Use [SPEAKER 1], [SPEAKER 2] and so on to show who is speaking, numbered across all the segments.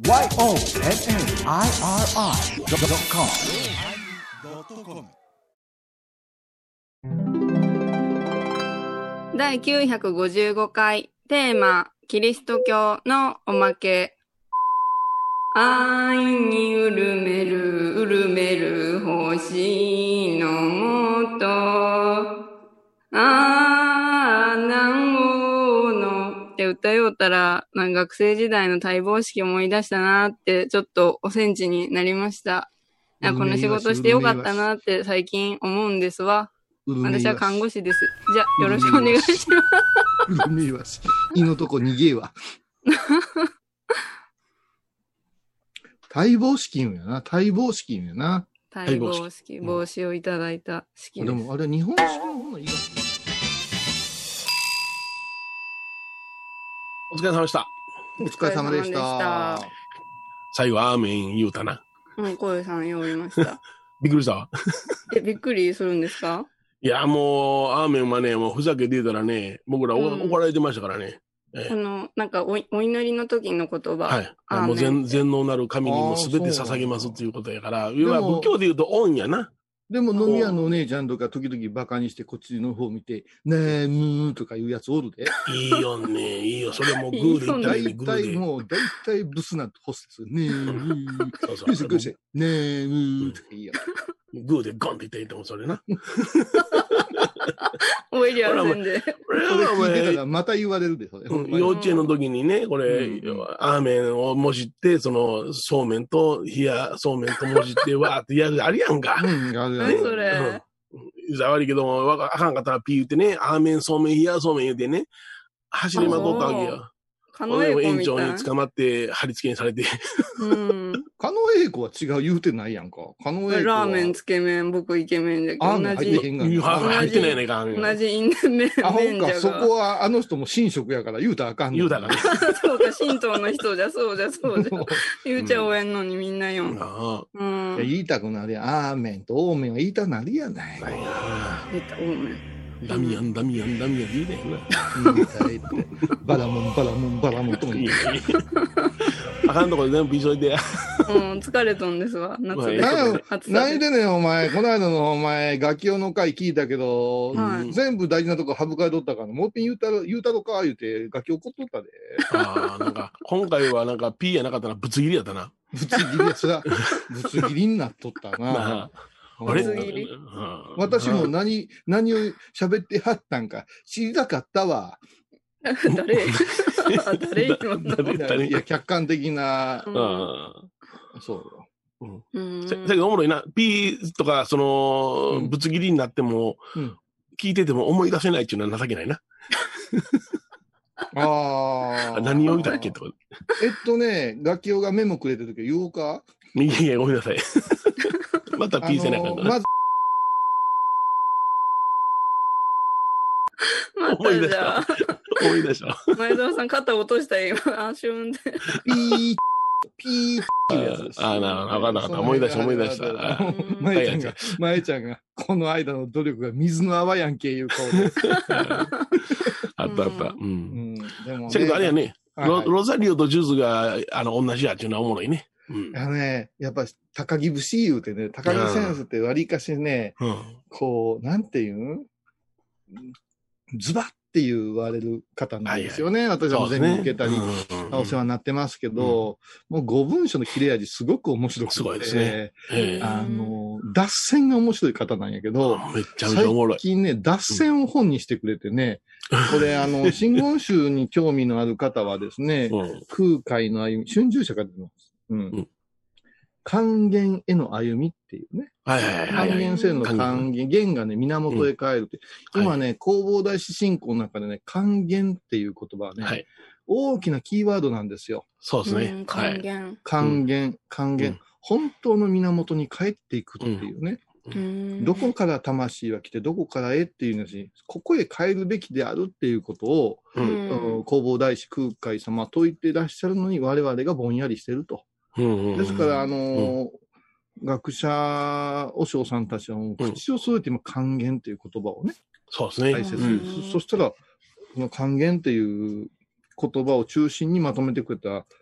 [SPEAKER 1] YONNIRI.com 第955回テーマキリスト教のおまけ。愛にうるめる星のもと、南欧のって歌ようたら、学生時代の待望式思い出したなって、ちょっとおセンチになりました。この仕事してよかったなって最近思うんですわ。私は看護師です。じゃあ、よろしくお願いします。
[SPEAKER 2] うるめいわし。いのとこ逃げえわ。待望式言うんやな。待望式言うんやな。
[SPEAKER 1] 待望式。帽子をいただいた式です。
[SPEAKER 2] でもあれ日本式の方がいいか。
[SPEAKER 3] お疲れ様でした。
[SPEAKER 2] お疲れ様でした。
[SPEAKER 3] 最後アーメン言うたな。
[SPEAKER 1] うん、小江さん読みました。
[SPEAKER 3] びっくりしたわ。
[SPEAKER 1] びっくりするんですか？
[SPEAKER 3] いや、もう、アーメンはね、もうふざけて言うたらね、僕ら怒られてましたからね。
[SPEAKER 1] お祈りの時の言葉。
[SPEAKER 3] はい。もう全能なる神にも全て捧げますっていうことやから、いわゆる仏教で言うと恩やな。
[SPEAKER 2] でも飲み屋のお姉ちゃんとか時々バカにしてこっちの方見て、ねえ、とかいうやつおるで。
[SPEAKER 3] いいよね、いいよ。それもグーで言ったらいい、グーで。
[SPEAKER 2] 大体ブスなホステス。ねえ、
[SPEAKER 3] そうそう。
[SPEAKER 2] ねえ、とかいいや。
[SPEAKER 3] グーでゴンって言ってもそれな。
[SPEAKER 1] おいりゃせんで。
[SPEAKER 2] これ聞いてたらまた言われるで、
[SPEAKER 3] 幼稚園の時にね、これ、アーメンをもじって、そうめんと、そうめんともじって、わーってやる、あるやんか。
[SPEAKER 1] 何それ。
[SPEAKER 3] 悪いけども、あかんかったらピー言ってね、アーメン、そうめん、そうめん言うてね、走りまこったわけよ。園長に捕まって貼り付けにされて。
[SPEAKER 2] 狩野英孝は違う言うてないやんか。狩野英孝
[SPEAKER 1] ラーメン、つけ麺、僕イケメンで。
[SPEAKER 2] 同じ。入
[SPEAKER 3] ってないねか。
[SPEAKER 1] 同じ因縁麺じゃが。
[SPEAKER 2] そこはあの人も神職やから言うたらあかんねん。
[SPEAKER 3] 言うたらね。
[SPEAKER 1] そうか、神道の人じゃ、そうじゃ。言うちゃおえんのにみんなよ。
[SPEAKER 2] 言いたくなるやん。アーメンとオーメンは言いたくなるやない。
[SPEAKER 1] 言ったオーメン。
[SPEAKER 3] ダミアン言うねんな。
[SPEAKER 2] バラモンとも言う。
[SPEAKER 3] あかんとこで全部急いでや。
[SPEAKER 1] 疲れとんですわ。夏で。
[SPEAKER 2] 何でねん、お前。この間のお前、ガキオの回聞いたけど、全部大事なとこ省かれとったから、もう一遍言うたろか、言うて、ガキ怒っとったで。
[SPEAKER 3] 今回はP やなかったらぶつ切りやったな。
[SPEAKER 2] ぶつ切りやつだ。ぶつ切りになっとったな。
[SPEAKER 3] あれ
[SPEAKER 2] 私も何を喋ってはったんか知りたかったわ。
[SPEAKER 1] 誰
[SPEAKER 2] いや、客観的な。そう
[SPEAKER 3] よ。だけどおもろいな。P とか、ぶつ切りになっても、聞いてても思い出せないっていうのは情けないな。何を言ったっけとか。
[SPEAKER 2] ガキオがメモくれたとき言おうか？
[SPEAKER 3] いや、ごめんなさい。また P せなあかんな。思い出した。
[SPEAKER 1] 前澤さん肩落としたよ、今。シューンって。
[SPEAKER 2] ピーっていうやつです。
[SPEAKER 3] なるほど、分かった。思い出した。
[SPEAKER 2] まえちゃんが、この間の努力が水の泡やんけ、いう顔で。
[SPEAKER 3] あった。でも、あれやね、ロザリオとジューズが、同じやっていうのはおもろいね。
[SPEAKER 2] やっぱ高木節言うてね、高木先生って割りかしね、なんていうんズバッって言われる方なんですよね。私は全部受けたり、お世話になってますけど、もう5文章の切れ味すごく面白くて、
[SPEAKER 3] すごいですね。
[SPEAKER 2] 脱線が面白い方なんやけど、
[SPEAKER 3] めっちゃめちゃおもろい。
[SPEAKER 2] 最近ね、脱線を本にしてくれてね、これ真言宗に興味のある方はですね、空海の歩み、春秋社から出てます。還元への歩みっていうね。還元性の還元。元がね、源へ帰るって。今ね、弘法大師信仰の中でね、還元っていう言葉はね、大きなキーワードなんですよ。
[SPEAKER 3] そうですね。
[SPEAKER 1] 還元。
[SPEAKER 2] 本当の源に帰っていくっていうね。どこから魂は来て、どこからへっていうのに、ここへ帰るべきであるっていうことを、弘法大師空海様は説いていらっしゃるのに、我々がぼんやりしてると。ですから、学者、和尚さんたちは口を添えて今、還元っていう言葉をね、
[SPEAKER 3] そうですね。
[SPEAKER 2] 大切に。そしたら、この還元っていう言葉を中心にまとめてくれた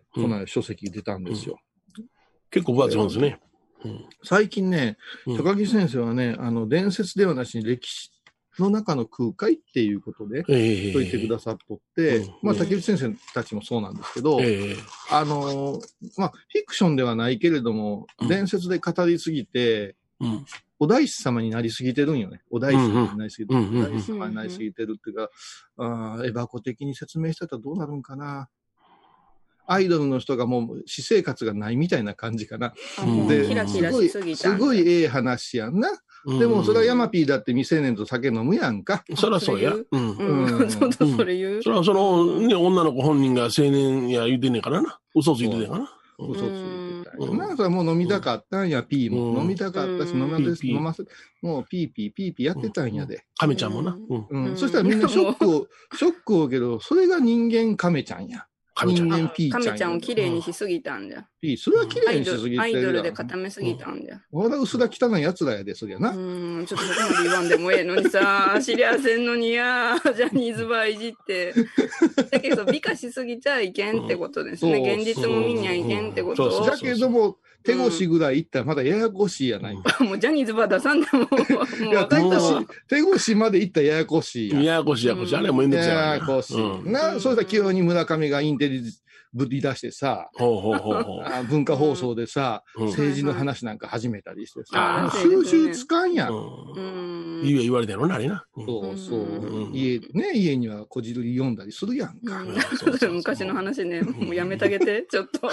[SPEAKER 2] この書籍出たんですよ。
[SPEAKER 3] 結構分厚いもんですね。
[SPEAKER 2] 最近ね、高木先生はね、伝説ではなしに歴史の中の空海っていうことで、説いてくださっとって、まあ、竹内先生たちもそうなんですけど、まあ、フィクションではないけれども、伝説で語りすぎて、お大師様になりすぎてるんよね。お大師様になりすぎてる。お大師様になりすぎてるっていうか、エバコ的に説明してたらどうなるんかな。アイドルの人がもう私生活がないみたいな感じかな。
[SPEAKER 1] で、キラキラしすぎた。
[SPEAKER 2] すごいええ話やんな。でも、それはヤマピーだって未成年と酒飲むやんか。
[SPEAKER 3] そりゃそうや。
[SPEAKER 1] それ言う。
[SPEAKER 3] それはね、女の子本人が青年や言うてんねんからな。嘘ついてんねんからな。
[SPEAKER 2] 嘘ついてたよな。それはもう飲みたかったんや、ピーも。飲みたかったし、飲ませ、もうピーピーやってたんやで。
[SPEAKER 3] 亀ちゃんもな。
[SPEAKER 2] そしたらみんなショックを受けど、それが人間亀ちゃんや。人間ピーちゃん。
[SPEAKER 1] 亀ちゃんをきれいにしすぎたんじゃ。
[SPEAKER 2] それはきれいにしすぎて
[SPEAKER 1] アイドルで固めすぎたんじゃ。
[SPEAKER 2] まだ薄ら汚い奴らやで、そりゃな。
[SPEAKER 1] ちょっとそこまで言わんでもええのにさ、知りゃせんのにや、ジャニーズバーいじって。だけど、美化しすぎちゃいけんってことですね。現実も見にゃいけんってこと。
[SPEAKER 2] だけども、手越ぐらいいったらまだややこしいやないか。
[SPEAKER 1] もうジャニーズバー出さんでも、もう分かったし。
[SPEAKER 2] 手越までいったらややこしいや。
[SPEAKER 3] ややこしい。あれもめんどくさい。
[SPEAKER 2] ややこしい。そうしたら急に村上がインテリぶり出してさ、文化放送でさ、政治の話なんか始めたりしてさ、収集つかんやん。
[SPEAKER 3] 言われたのな、あれな。
[SPEAKER 2] そうそう。家にはこじるり読んだりするやんか。
[SPEAKER 1] 昔の話ね、もうやめてあげて、ちょっと。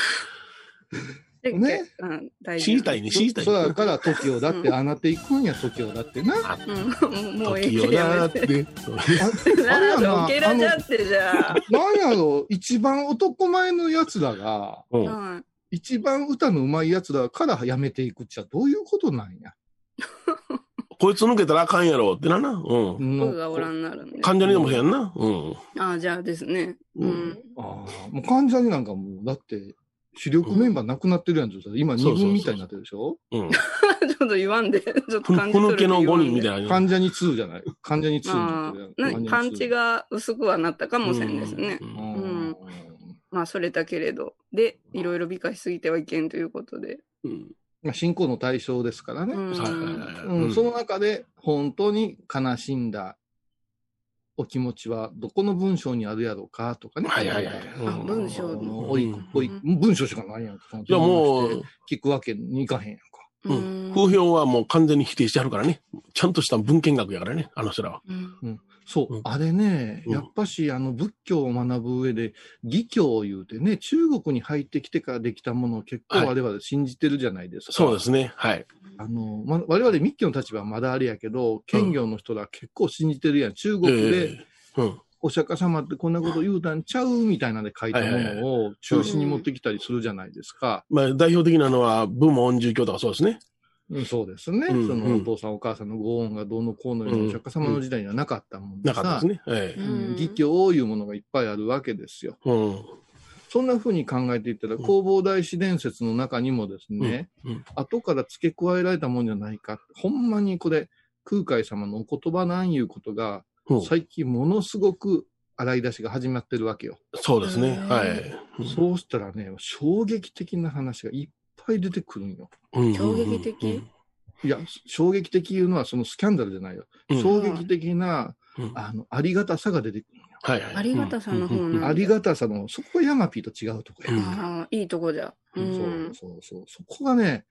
[SPEAKER 2] ね。
[SPEAKER 3] 知りたいね、知りたい。
[SPEAKER 2] そうだから、TOKIO だって、あなっていくんや、TOKIO だってな。
[SPEAKER 1] もう
[SPEAKER 3] TOKIO だって。
[SPEAKER 1] あれやな。オケラじゃってじゃあ。
[SPEAKER 2] なんやろ、一番男前のやつらが、一番歌の上手いやつらからやめていくっちゃ、どういうことなんや。
[SPEAKER 3] こいつ抜けたらあかんやろってな。
[SPEAKER 1] 僕がおらんなるんで。
[SPEAKER 3] 患者にでもせやんな。
[SPEAKER 1] じゃあですね。
[SPEAKER 2] もう患者になんかもう、だって、主力メンバーなくなってるやん。今2軍みたいになってるでしょ。
[SPEAKER 1] ちょっと言わんで、ちょっと感じ
[SPEAKER 3] ふぬけの5人みたいな。
[SPEAKER 2] 患者に2じゃない。患者に2に
[SPEAKER 1] なってるやん。パンチが薄くはなったかもしれんですね。まあ、それだけれど。で、いろいろ美化しすぎてはいけんということで。
[SPEAKER 2] 信仰の対象ですからね。その中で、本当に悲しんだお気持ちはどこの文章にあるやろうかとかね。
[SPEAKER 1] 文章の。
[SPEAKER 2] 文章しかないやんか。
[SPEAKER 3] いやもう、
[SPEAKER 2] 聞くわけにいかへんやんか。
[SPEAKER 3] 風評はもう完全に否定してあるからね。ちゃんとした文献学やからね、あの人らは。
[SPEAKER 2] そう、あれね、やっぱし仏教を学ぶ上で、義教を言うてね、中国に入ってきてからできたものを結構我々信じてるじゃないですか。
[SPEAKER 3] そうですね。はい。
[SPEAKER 2] 我々密教の立場はまだあれやけど、兼業の人ら結構信じてるやん。中国で、お釈迦様ってこんなこと言うたんちゃうみたいなで書いたものを中心に持ってきたりするじゃないですか。
[SPEAKER 3] まあ代表的なのは、文門儒教とかそうですね。
[SPEAKER 2] そうですね。そのお父さんお母さんのご恩がどうのこうのようなお釈迦様の時代にはなかったもんでさ。
[SPEAKER 3] なかったですね。
[SPEAKER 2] 義教いうものがいっぱいあるわけですよ。そんな風に考えていったら、弘法大師伝説の中にもですね、後から付け加えられたもんじゃないか。ほんまにこれ、空海様のお言葉なんいうことが、最近ものすごく洗い出しが始まってるわけよ。
[SPEAKER 3] そうですね。はい。
[SPEAKER 2] そうしたらね、衝撃的な話がいっぱい出てくるんよ。
[SPEAKER 1] 衝撃的？
[SPEAKER 2] いや、衝撃的いうのはそのスキャンダルじゃないよ。衝撃的な、ありがたさが出てくるんよ。
[SPEAKER 1] ありがたさの方なんだ。
[SPEAKER 2] ありがたさの、そこはヤマピーと違うとこや。
[SPEAKER 1] いいとこじゃ。
[SPEAKER 2] そこがね、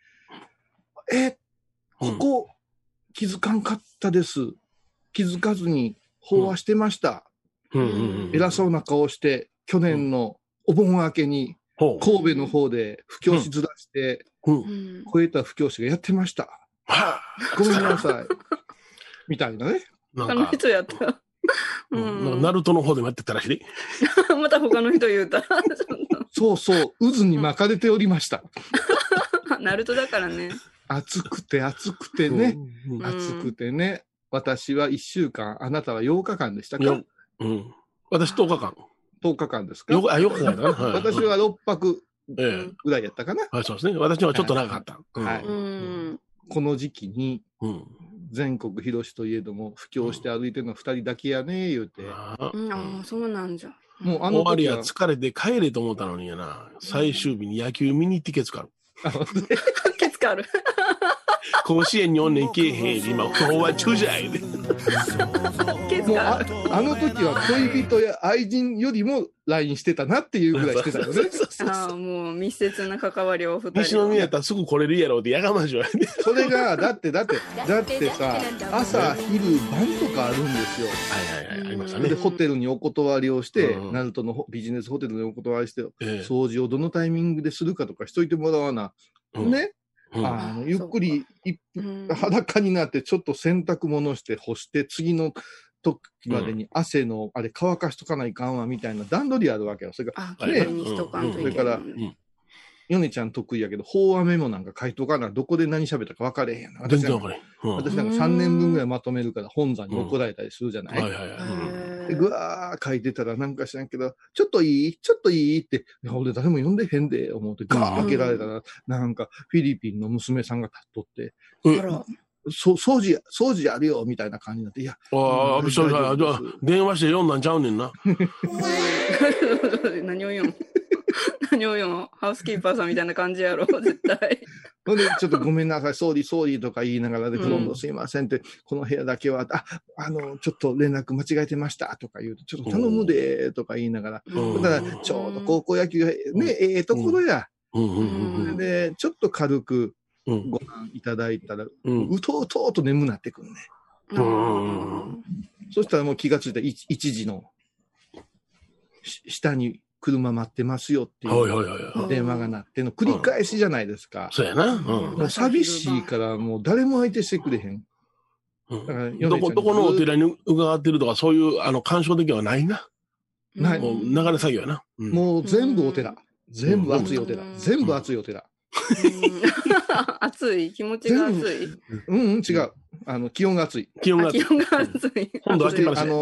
[SPEAKER 2] ここ気づかんかったです。気づかずに飽和してました。偉そうな顔して、去年のお盆明けに、神戸の方で布教師ずらして、超えた布教師がやってました。ごめんなさい。みたいなね。
[SPEAKER 1] 他の人やった。
[SPEAKER 3] ナルトの方でもやってたらしいで。
[SPEAKER 1] また他の人言うた。
[SPEAKER 2] そうそう、渦に巻かれておりました。
[SPEAKER 1] ナルトだからね。
[SPEAKER 2] 暑くて暑くてね。暑くてね。私は1週間、あなたは8日間でしたか？
[SPEAKER 3] 私10日間。
[SPEAKER 2] 10日間ですか
[SPEAKER 3] ？4日間だな。
[SPEAKER 2] 私は6泊ぐらいやったかな。
[SPEAKER 3] そうですね。私のはちょっと長かった。
[SPEAKER 2] この時期に、全国広しといえども、布教して歩いてるの2人だけやね、言うて。
[SPEAKER 1] そうなんじゃ。
[SPEAKER 2] もう
[SPEAKER 3] 終わりや疲れて帰れと思ったのにやな。最終日に野球見に行ってケツカル。
[SPEAKER 1] ケツカル。
[SPEAKER 3] 甲子園におんねんけえへん。今、今日は中じゃいで。
[SPEAKER 2] もうあの時は恋人や愛人よりも LINE してたなっていうぐらいしてたよね。
[SPEAKER 1] もう密接な関わりを二人。
[SPEAKER 3] 西宮やったらすぐ来れるやろうってやがましょうやね。
[SPEAKER 2] それが、だってさ、朝、昼、晩とかあるんですよ。
[SPEAKER 3] はい、ありましたね。
[SPEAKER 2] で、ホテルにお断りをして、ナルトのビジネスホテルにお断りして、掃除をどのタイミングでするかとかしといてもらわな。ね。ゆっくり裸になってちょっと洗濯物して干して次の時までに汗のあれ乾かしとかないかんわみたいな段取りあるわけよ。それからね、それからヨネちゃん得意やけど法話メモなんか書いとかなどこで何喋ったか分かれへんやな。私なんか3年分ぐらいまとめるから本山に怒られたりするじゃない。ぐわー書いてたらなんか知らんけど、ちょっといいって、俺誰も読んでへんで、思ってガー開けられたら、なんかフィリピンの娘さんが立っとって、掃除やるよ、みたいな感じになって、いや。
[SPEAKER 3] 電話して読んだんちゃうねんな。
[SPEAKER 1] 何を読むハウスキーパーさんみたいな感じやろ、絶対。
[SPEAKER 2] ほんで、ちょっとごめんなさい、総理とか言いながらで、今度すいませんって、この部屋だけは、ちょっと連絡間違えてましたとか言うと、ちょっと頼むで、とか言いながら、だからちょうど高校野球がね、ところや。で、ちょっと軽くご飯いただいたら、うとうと眠なってくるね。そしたらもう気がついた1時の下に、車待ってますよっていう電話が鳴っての繰り返しじゃないですか。
[SPEAKER 3] そうやな。
[SPEAKER 2] もう寂しいからもう誰も相手してくれへん。
[SPEAKER 3] どこのお寺に伺ってるとかそういう干渉的はないな。
[SPEAKER 2] ない。
[SPEAKER 3] もう流れ作業やな。
[SPEAKER 2] もう全部お寺。全部熱いお寺。全部熱いお寺。
[SPEAKER 1] 暑い気持ちが暑い
[SPEAKER 2] 違う。気温が暑い。
[SPEAKER 1] 気温が暑い。
[SPEAKER 3] 今度は来ました。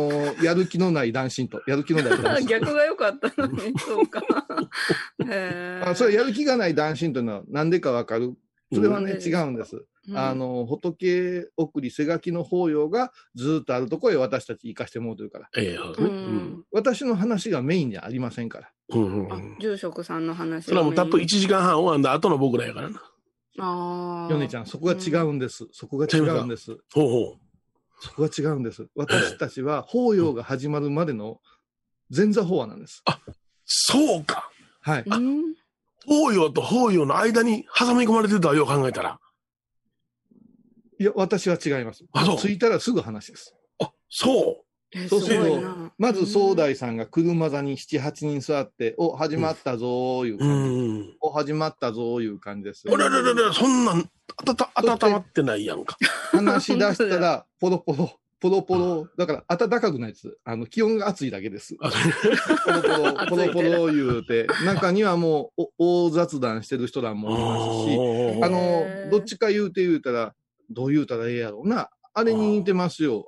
[SPEAKER 2] やる気のない男子と、やる気のない男子。
[SPEAKER 1] 逆が良かったのに、そうか。
[SPEAKER 2] それやる気がない男子というのは何でかわかる。それはね、違うんです。仏送り、背書きの法要がずっとあるところへ私たち行かしてもらってるから。私の話がメインじゃありませんから。
[SPEAKER 1] 住職さんの話。
[SPEAKER 3] それはもうたっぷり1時間半終わんだ後の僕らやからな。
[SPEAKER 2] ヨネちゃん、そこが違うんです。そこが違うんです。そこが違うんです。私たちは法要が始まるまでの前座法話なんです。
[SPEAKER 3] そうか。
[SPEAKER 2] はい。
[SPEAKER 3] 法要と法要の間に挟み込まれてたよう考えたら。
[SPEAKER 2] いや、私は違います。着いたらすぐ話です。
[SPEAKER 3] そう。
[SPEAKER 2] そうすると、まず総大さんが車座に7、8人座って、始まったぞーいう感じ。始まったぞーいう感じです。
[SPEAKER 3] そんなん温まってないやんか。
[SPEAKER 2] 話し出したら、ポロポロ。だから、暖かくないです。気温が暑いだけです。ポロポロ言うて、中にはもう、大雑談してる人らもいますし、どっちか言うたら、どう言うたらええやろうな。あれに似てますよ。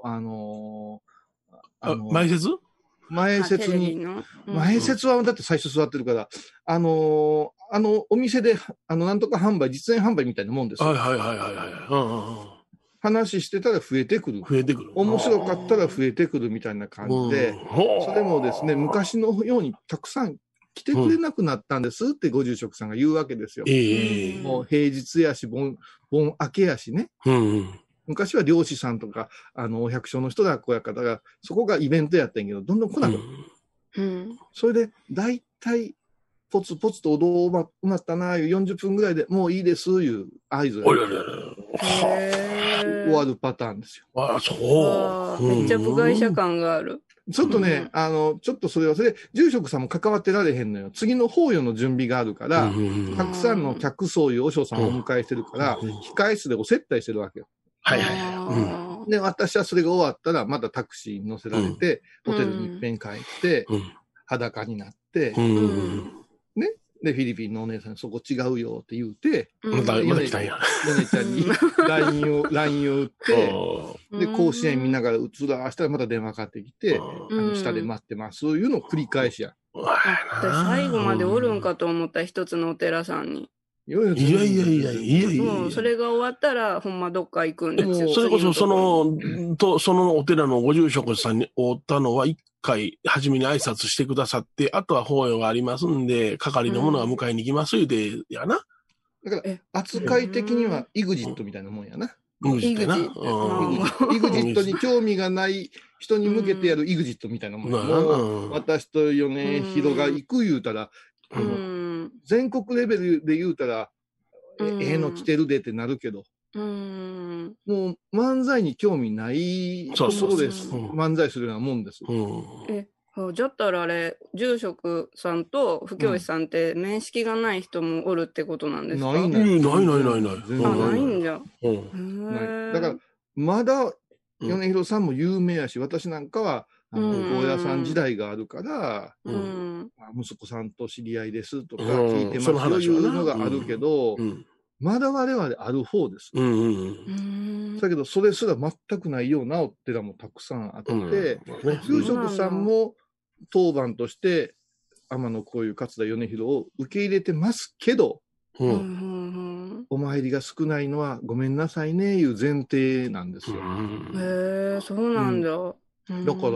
[SPEAKER 3] 前説
[SPEAKER 2] 前説はだって最初座ってるから、お店で、なんとか販売、実演販売みたいなもんですよ。話してたら増えてくる。面白かったら増えてくるみたいな感じで、それもですね、昔のようにたくさん来てくれなくなったんですってご住職さんが言うわけですよ。もう平日やし、盆明けやしね。昔は漁師さんとか、お百姓の人がこうやから、そこがイベントやったんやけど、どんどん来なくなる。それで、大体、ポツポツとお堂埋まったな、40分ぐらいでもういいです、いう合図が終わるパターンですよ。
[SPEAKER 3] そう。
[SPEAKER 1] めっちゃ部外者感がある。
[SPEAKER 2] ちょっとね、ちょっとそれは、住職さんも関わってられへんのよ。次の法要の準備があるから、たくさんの客層いう和尚さんをお迎えしてるから、控え室でお接待してるわけよ。で、私はそれが終わったら、またタクシーに乗せられて、ホテルに一遍帰って、裸になって、ね。で、フィリピンのお姉さんにそこ違うよって言うて、
[SPEAKER 3] また来たんや。
[SPEAKER 2] ヨネちゃんに LINE を打って、で、甲子園見ながら映らしたらまた電話かかってきて、下で待ってます。そういうのを繰り返しや。
[SPEAKER 1] 最後までおるんかと思った一つのお寺さんに。
[SPEAKER 3] いや。
[SPEAKER 1] もうそれが終わったら、ほんまどっか行くんですよ。
[SPEAKER 3] それこそ、そのお寺のご住職さんに会ったのは1 回、初めに挨拶してくださって、あとは法要がありますんで、係の者が迎えに行きます言うて、やな。
[SPEAKER 2] だから、扱い的には、イグジットみたいなもんやな。
[SPEAKER 3] イグジットな。
[SPEAKER 2] イグジットに興味がない人に向けてやるイグジットみたいなもんや。もう、私と米広が行く言うたら、全国レベルで言うたら、の来てるでってなるけど、もう漫才に興味ないところで漫才するようなもんです。
[SPEAKER 1] じゃったらあれ、住職さんと布教師さんって面識がない人もおるってことなんですか？
[SPEAKER 3] ない。
[SPEAKER 1] ないんじゃ。
[SPEAKER 2] だから、まだ、米広さんも有名やし、私なんかは、大家さん時代があるから、息子さんと知り合いですとか聞いてますというのがあるけど、まだ我々ある方です。だけど、それすら全くないようなお寺もたくさんあって、住職さんも当番として、天野こういう勝田米広を受け入れてますけど、お参りが少ないのはごめんなさいね、いう前提なんですよ。
[SPEAKER 1] へえ、そうなんだ。
[SPEAKER 2] だから、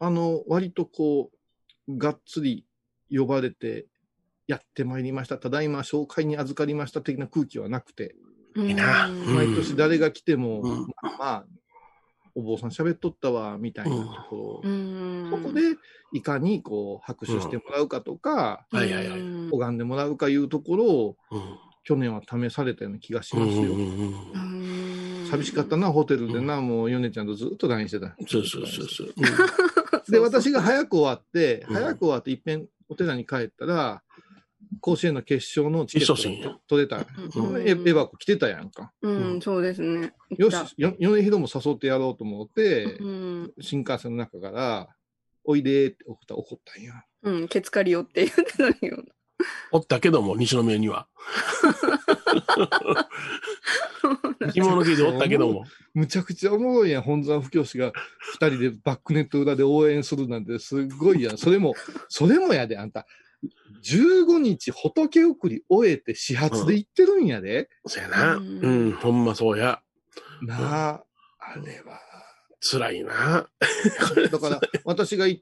[SPEAKER 2] 割とこう、がっつり呼ばれて、やってまいりました。ただいま紹介に預かりました的な空気はなくて。
[SPEAKER 3] いいな。
[SPEAKER 2] 毎年誰が来ても、まあ、お坊さん喋っとったわ、みたいなところ。そこで、いかにこう、拍手してもらうかとか、拝んでもらうかいうところを、去年は試されたような気がしますよ。寂しかったな、ホテルでな、もう、ヨネちゃんとずっと LINE してた。
[SPEAKER 3] そう。
[SPEAKER 2] で、私が早く終わって、いっぺんお寺に帰ったら、甲子園の決勝のチケットが取れた。エバコ来てたやんか。
[SPEAKER 1] そうですね。
[SPEAKER 2] よし、米広も誘ってやろうと思って、新幹線の中から、おいでって怒ったんや。
[SPEAKER 1] ケツカリオって言ってたんよ。
[SPEAKER 3] おったけども、西宮には。着物着でおったけども。
[SPEAKER 2] むちゃくちゃおもろいやん、本山布教師が二人でバックネット裏で応援するなんてすごいやん。それもやで、あんた。15日仏送り終えて始発で行ってるんやで。
[SPEAKER 3] そうやな。ほんまそうや。
[SPEAKER 2] なあ、あれは。
[SPEAKER 3] 辛いな。
[SPEAKER 2] だから、私が行った、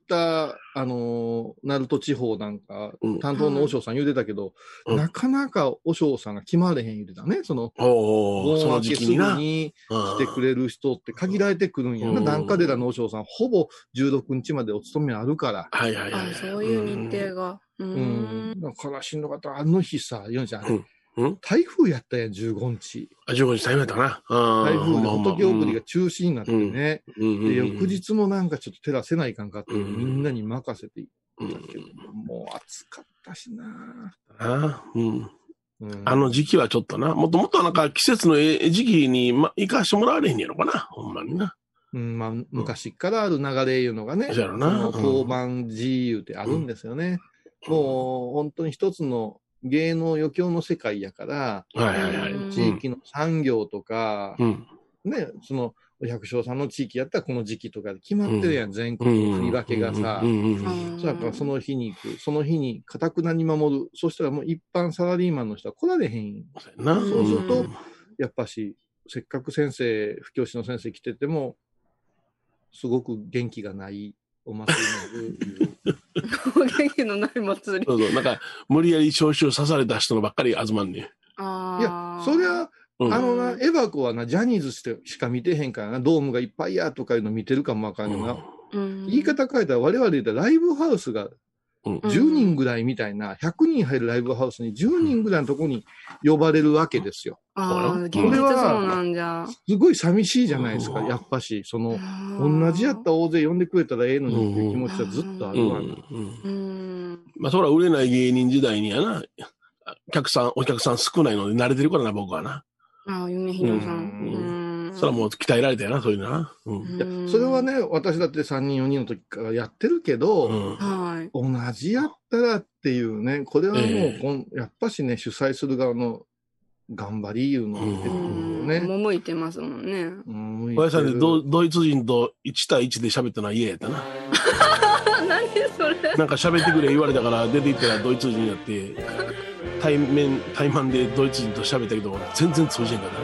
[SPEAKER 2] 鳴門地方なんか、担当の和尚さん言うてたけど、なかなか和尚さんが決まれへん言うてたね。その時期すぐに来てくれる人って限られてくるんやな。檀家寺の和尚さん、ほぼ16日までお勤めあるから。
[SPEAKER 1] そういう日程が。
[SPEAKER 2] だからしんどかった。あの日さ、ヨネちゃん、台風やったやん、15日。
[SPEAKER 3] 15日台風やったな。
[SPEAKER 2] 台風で仏送りが中止になってね。で、翌日もなんかちょっと照らせないかんかって、みんなに任せていったけど、もう暑かったしな。
[SPEAKER 3] あの時期はちょっとな、もっとなんか季節の時期に行かしてもらわれへんやろかな、ほんまにな。
[SPEAKER 2] まあ、昔からある流れいうのがね、当番自由ってあるんですよね。もう本当に一つの芸能余興の世界やから、地域の産業とか、ね、そのお百姓さんの地域やったらこの時期とかで決まってるやん、全国の振り分けがさ。だからその日に行く、その日に堅くなに守る。そしたらもう一般サラリーマンの人は来られへん。そうすると、やっぱし、せっかく先生、布教師の先生来てても、すごく元気がないお祭りになる。
[SPEAKER 1] 元気のない祭り。
[SPEAKER 3] そう、なんか、無理やり招集さされた人のばっかり集まんねん。い
[SPEAKER 2] や、そりゃ、エバコはな、ジャニーズしか見てへんからな、ドームがいっぱいやとかいうの見てるかもわかんないな。言い方変えたら我々言ったらライブハウスが10人ぐらいみたいな、100人入るライブハウスに10人ぐらいのところに呼ばれるわけですよ。
[SPEAKER 1] これは、
[SPEAKER 2] すごい寂しいじゃないですか、やっぱし。同じやったら大勢呼んでくれたらええのにっていう気持ちはずっとあるわな。
[SPEAKER 3] まあ、そら売れない芸人時代にやな、お客さん少ないので慣れてるからな、僕はな。
[SPEAKER 1] 米広さん。
[SPEAKER 3] それはもう鍛えられたよな、そういうのな。
[SPEAKER 2] それはね、私だって3人、4人の時からやってるけど、同じやったらっていうね、これはもう、やっぱしね、主催する側の頑張りいうのを見てるんだよね。
[SPEAKER 1] もう向いてますもんね。
[SPEAKER 3] おやさんでドイツ人と1対1で喋ったのは嫌やったな。
[SPEAKER 1] 何それ。
[SPEAKER 3] なんか喋ってくれ言われたから出て行ったらドイツ人になって、対マンでドイツ人と喋ったけど、全然通じへんかった。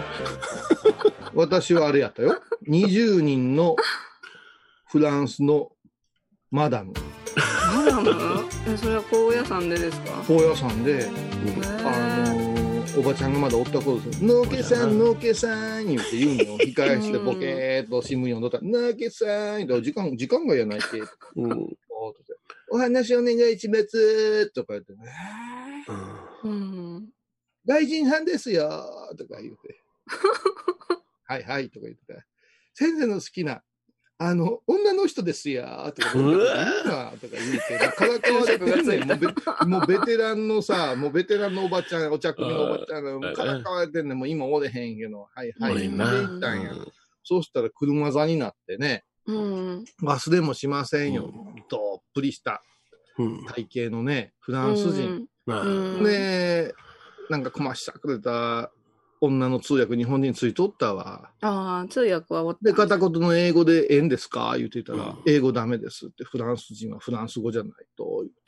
[SPEAKER 2] 私はあれやったよ。20人のフランスのマダム。
[SPEAKER 1] マダム？それは高野山でですか？
[SPEAKER 2] 高野山で、おばちゃんがまだおった頃ですよ。のけさん、のけさん言うて言うのよ。控え室でボケーっと新聞読んどったら、のけさん言うて、時間がやないって。お話お願いしますとか言って、外人さんですよとか言うて。はいはいとか言って。先生の好きな、女の人ですよとか言うて、からかわれてるねん。もうベテランのさ、もうベテランのおばちゃん、お茶組のおばちゃんが、からかわれてんねん。もう今おれへんけど、はいはい。で行ったんや。そうしたら車座になってね、忘れもしませんよ。どっぷりした体型のね、フランス人。で、なんかこましたくれた女の通訳、日本人ついとったわ。
[SPEAKER 1] ああ、通訳はおった。
[SPEAKER 2] で、片言の英語でええんですか言ってたら、英語ダメですって、フランス人はフランス語じゃないと、言って。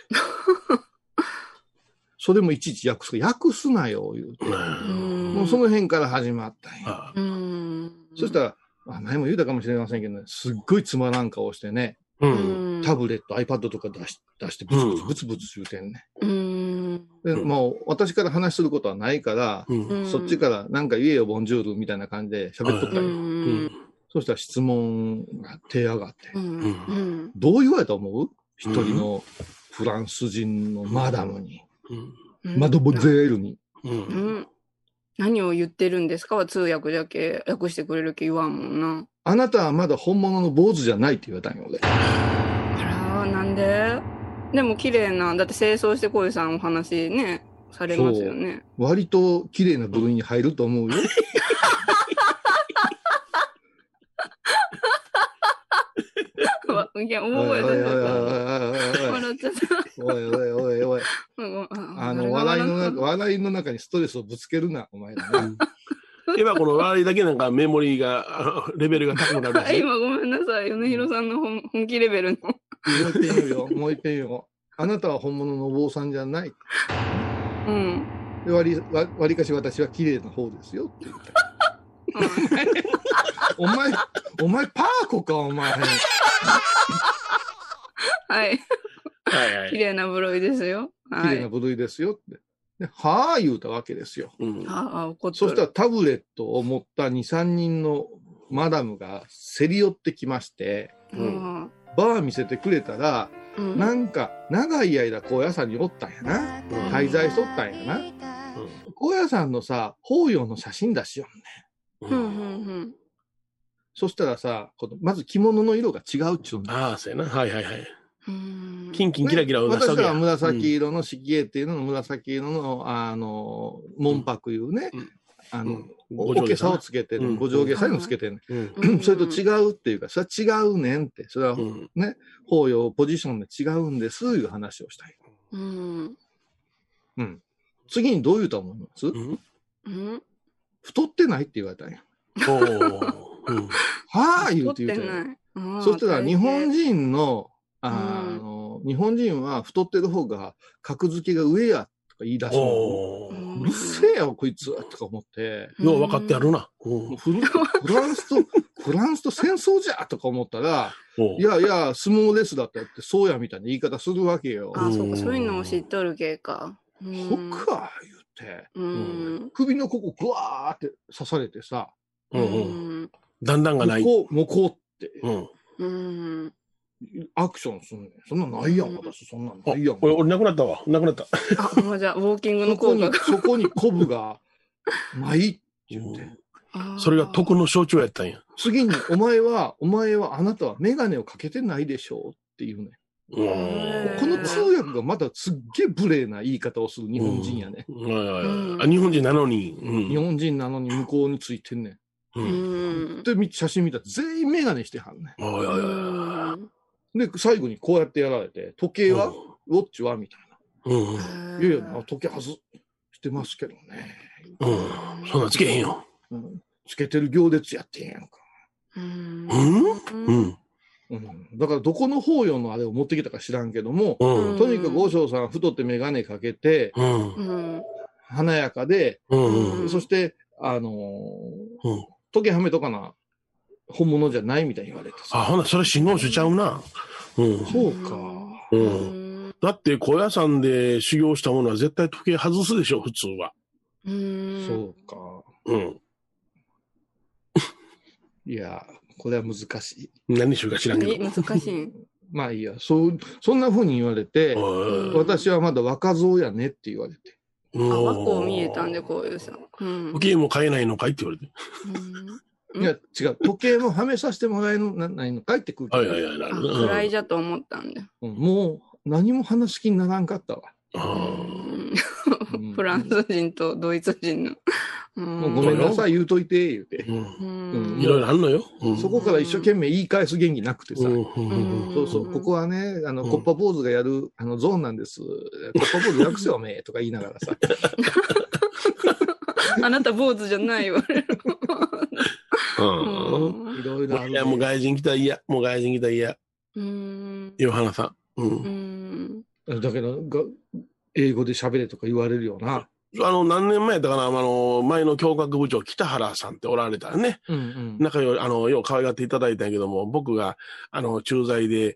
[SPEAKER 2] それもいちいち訳すなよ、言うて。もうその辺から始まったんや。そしたら、何も言うたかもしれませんけどね、すっごいつまらん顔してね、タブレット、iPad とか出してブツブツ言うてんね。でもう私から話することはないから、そっちからなんか言えよ、ボンジュールみたいな感じで喋っとったよ。そしたら質問が手上がって。どう言われたと思う？一人のフランス人のマダムに。マドボゼールに。
[SPEAKER 1] 何を言ってるんですかは通訳だけ訳してくれる気言わんもんな。
[SPEAKER 2] あなたはまだ本物の坊主じゃないって言われたんよ、俺。
[SPEAKER 1] あら、なんで？でも綺麗な、だって清掃してこいさんお話ね、されますよね。
[SPEAKER 2] 割と綺麗な部類に入ると思うよ。
[SPEAKER 1] いや、大声出てた。笑っちゃった。
[SPEAKER 2] おいおいおいおい。笑いの中にストレスをぶつけるな、お前らね。
[SPEAKER 3] 今この笑いだけなんかメモリーが、レベルが高くなる。
[SPEAKER 1] 今ごめんなさい。米広さんの本気レベルの。
[SPEAKER 2] もう一遍言うよ。もう一遍言うよ。あなたは本物のお坊さんじゃない。でわりかし私は綺麗な方ですよって言った。お前パーコか、お前。
[SPEAKER 1] はい。綺麗な部類ですよ。
[SPEAKER 2] 綺麗な部類ですよって。はぁ言うたわけですよ。そしたらタブレットを持った2、3人のマダムが競り寄ってきまして、バー見せてくれたら、なんか長い間高野山におったんやな。滞在しとったんやな。高野山のさ、法要の写真出しよんね。そしたらさ、まず着物の色が違うっちゅうの。
[SPEAKER 3] ああ、そうやな。はいはいはい。キンキンキラキラを出したわけや。
[SPEAKER 2] 私は紫色の敷絵っていうのの紫色の、門白いうね、おけさをつけてる、五条下さにもつけてる。それと違うっていうか、それは違うねんって。それはね、法要、ポジションで違うんです、いう話をしたい。次にどう言うと思います？太ってないって言われたんや。はぁ言うて言うたよ。そしたら日本人の、日本人は太ってる方が格付けが上やとか言い出したの。うるせえよこいつとか思って。
[SPEAKER 3] よう分かってやるな。
[SPEAKER 2] フランスと戦争じゃとか思ったら、いやいや、相撲レスだったってそうやみたいな言い方するわけよ。
[SPEAKER 1] そうか、そういうのを知っとる系か。
[SPEAKER 2] そっか、言って。首のここグワーって刺されてさ。
[SPEAKER 3] だんだんがない。
[SPEAKER 2] もうこうって。アクションすんねん。そんなんないやん、私。そんなんないやん。
[SPEAKER 3] 俺なくなったわ。なくなった。
[SPEAKER 1] もうじゃあ、ウォーキングの効果が。
[SPEAKER 2] そこにコブがないって言って。
[SPEAKER 3] それが徳の象徴やったんや。
[SPEAKER 2] 次に、お前はあなたはメガネをかけてないでしょうって言うね。この通訳がまたすっげえ無礼な言い方をする日本人やね。
[SPEAKER 3] 日本人なのに。
[SPEAKER 2] 日本人なのに向こうについてんねん。で、写真見たら全員メガネしてはんねん。で、最後にこうやってやられて、時計はウォッチはみたいな。いやいや、時計外してますけどね。
[SPEAKER 3] そんなんつけへんよ。
[SPEAKER 2] つけてる行列やってんやんか。だからどこの法要のあれを持ってきたか知らんけども、とにかく和尚さん太ってメガネかけて、華やかで、そして、時計はめとかな、本物じゃないみたいに言われて
[SPEAKER 3] さ。ほな、それ信号しちゃうな。
[SPEAKER 2] そうか。
[SPEAKER 3] だって、高野山で修行したものは絶対時計外すでしょ、普通は。
[SPEAKER 2] そうか。いや、これは難しい。
[SPEAKER 3] 何しようか知らんけど。
[SPEAKER 1] 難しい。
[SPEAKER 2] まあいいや、そんな風に言われて、私はまだ若造やねって言われて。
[SPEAKER 1] 若く見えたんで、こういうさ。
[SPEAKER 3] 時計も買えないのかいって言われて。
[SPEAKER 2] いや、違う。時計もはめさせてもらえないのかいって空気。
[SPEAKER 3] はいはいはい、なるほど。
[SPEAKER 1] 暗いじゃと思ったんで。
[SPEAKER 2] もう何も話す気にならんかったわ。
[SPEAKER 1] フランス人とドイツ人の。
[SPEAKER 2] もうごめんなさい、言うといて、言うて。
[SPEAKER 3] いろいろあんのよ。
[SPEAKER 2] そこから一生懸命言い返す元気なくてさ。そうそう、ここはね、コッパ坊主がやる、ゾーンなんです。コッパ坊主訳せよ、おめえ、とか言いながらさ。
[SPEAKER 1] あなた坊主じゃないわ。
[SPEAKER 2] いろいろある。
[SPEAKER 3] いや、もう外人来たら嫌。もう外人来たら嫌。ヨハナさん。
[SPEAKER 2] だけど、英語で喋れとか言われるよな。
[SPEAKER 3] 何年前だかな、前の教学部長、北原さんっておられたらね。仲良い、よう可愛がっていただいたんやけども、僕が、駐在で、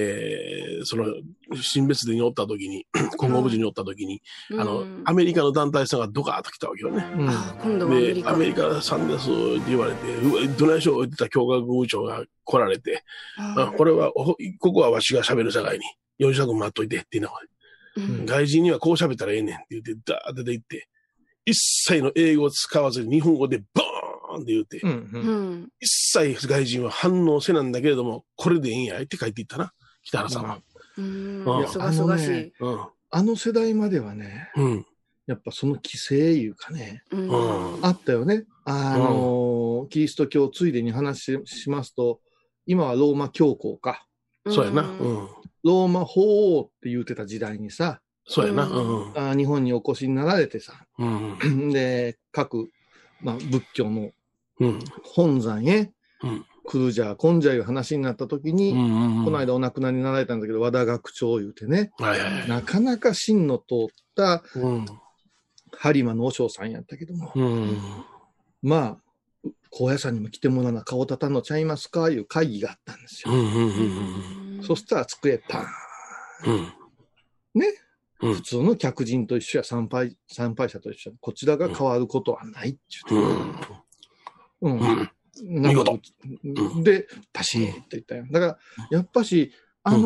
[SPEAKER 3] 新別でにおった時に、今後部時におった時に、アメリカの団体さんがドカーッと来たわけよね。
[SPEAKER 1] 今度は
[SPEAKER 3] で、アメリカさんですって言われて、どないしょ言ってた教学部長が来られて、これは、ここはわしが喋るさかいに、吉田君待っといてって言いながら。外人にはこう喋ったらええねんって言って、ダーって出て行って、一切の英語を使わずに日本語でボーンって言って、一切外人は反応せなんだけれども、これでいいんやって書いていったな、北原さんは。
[SPEAKER 1] すがすがしい。
[SPEAKER 2] あの世代まではね、やっぱその規制いうかね、あったよね。キリスト教ついでに話しますと、今はローマ教皇か。
[SPEAKER 3] そうやな。
[SPEAKER 2] ローマ法王って言うてた時代にさ、
[SPEAKER 3] そうやな。
[SPEAKER 2] 日本にお越しになられてさ、で、各、仏教の本山へ来るじゃ、今じゃいう話になった時に、この間お亡くなりになられたんだけど、和田学長言うてね、なかなか芯の通った播磨の和尚さんやったけども、まあ、高野山にも来てもらうな、顔立たんのちゃいますかいう会議があったんですよ。そしたら机パーン。ね。普通の客人と一緒や参拝者と一緒。こちらが変わることはないって言って。
[SPEAKER 3] 見事。
[SPEAKER 2] で、パシーンって言ったよ。だから、やっぱし、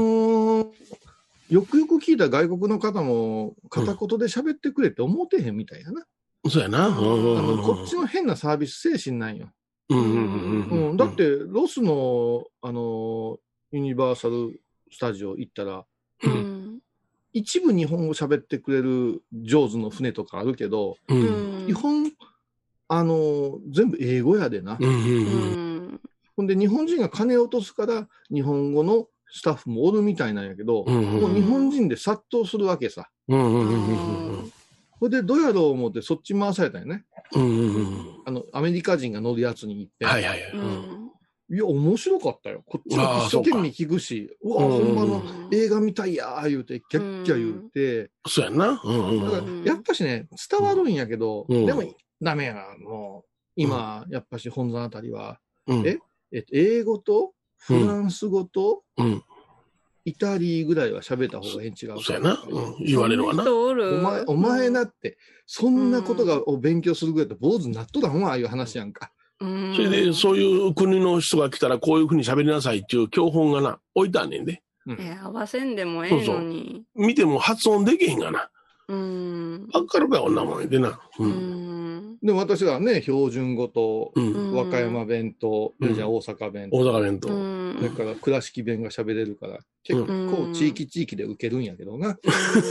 [SPEAKER 2] よくよく聞いた外国の方も、片言で喋ってくれって思ってへんみたいやな。
[SPEAKER 3] そうやな。
[SPEAKER 2] こっちの変なサービス精神なんよ。だって、ロスの、ユニバーサル・スタジオ行ったら、一部日本語喋ってくれる上手の船とかあるけど、基本、全部英語やでな。ほんで、日本人が金を落とすから、日本語のスタッフもおるみたいなんやけど、もう日本人で殺到するわけさ。ほんで、どうやろう思ってそっち回されたよね。アメリカ人が乗るやつに行って。いや、面白かったよ。こっちは一生懸命聞くし、うわ、ほんまの映画見たいやー言うて、キャッキャ言うて。
[SPEAKER 3] そうやんな。だか
[SPEAKER 2] ら、やっぱしね、伝わるんやけど、でも、ダメやな、もう。今、やっぱし本山あたりは、英語とフランス語と、イタリーぐらいは喋った方がええん違う。
[SPEAKER 3] そうやな。言われるわな。
[SPEAKER 2] お前なって、そんなことを勉強するぐらいだと坊主になっとだもん、ああいう話やんか。
[SPEAKER 3] それで、そういう国の人が来たら、こういうふうに喋りなさいっていう教本がな、置いてあんねんで。
[SPEAKER 1] 合わせんでもええのに。
[SPEAKER 3] 見ても発音できへんがな。わかるか、こんなもんでな。
[SPEAKER 2] でも私はね、標準語と、和歌山弁と、大阪弁と。
[SPEAKER 3] 大阪弁と。
[SPEAKER 2] それから倉敷弁が喋れるから、結構地域で受けるんやけどな。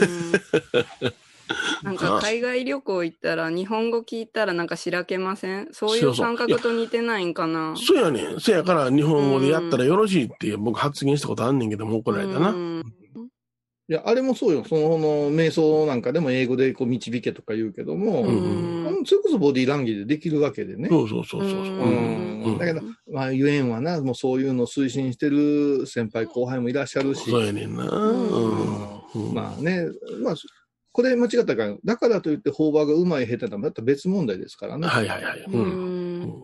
[SPEAKER 1] なんか海外旅行行ったら日本語聞いたらなんかしらけません？そういう感覚と似てないんかな？
[SPEAKER 3] そうやねん。そやから日本語でやったらよろしいって僕発言したことあんねんけども怒られたな。
[SPEAKER 2] いや、あれもそうよ。その瞑想なんかでも英語でこう導けとか言うけども、それこそボディーランゲージでできるわけでね。
[SPEAKER 3] そう。
[SPEAKER 2] だけど、ゆえんはな、もうそういうのを推進してる先輩後輩もいらっしゃるし。
[SPEAKER 3] そうやねんな。
[SPEAKER 2] まあね、これ間違ったから、だからといって法話がうまい下手なまた別問題ですからね。
[SPEAKER 3] はい。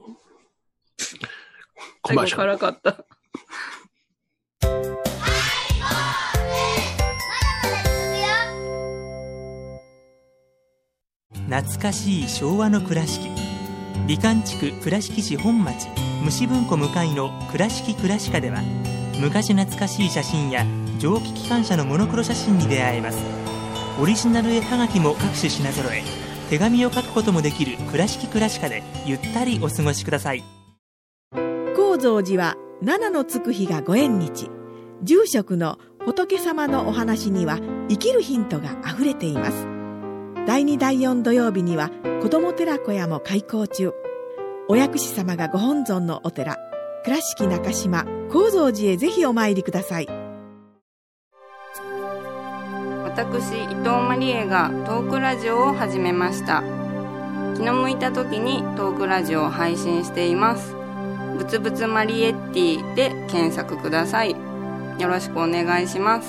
[SPEAKER 1] コマーシャル。辛かった。
[SPEAKER 4] 懐かしい昭和の倉敷。美観地区倉敷市本町虫文庫向かいの倉敷倉歯科では、昔懐かしい写真や蒸気機関車のモノクロ写真に出会えます。オリジナル絵はがきも各種品揃え、手紙を書くこともできる倉敷倉歯科でゆったりお過ごしください。
[SPEAKER 5] 高蔵寺は七のつく日がご縁日。住職の仏様のお話には生きるヒントがあふれています。第2第4土曜日には子ども寺小屋も開校中。お薬師様がご本尊のお寺、倉敷中島・高蔵寺へぜひお参りください。
[SPEAKER 1] 私伊藤マリエがトークラジオを始めました。気の向いた時にトークラジオを配信しています。ぶつぶつマリエッティで検索ください。よろしくお願いします。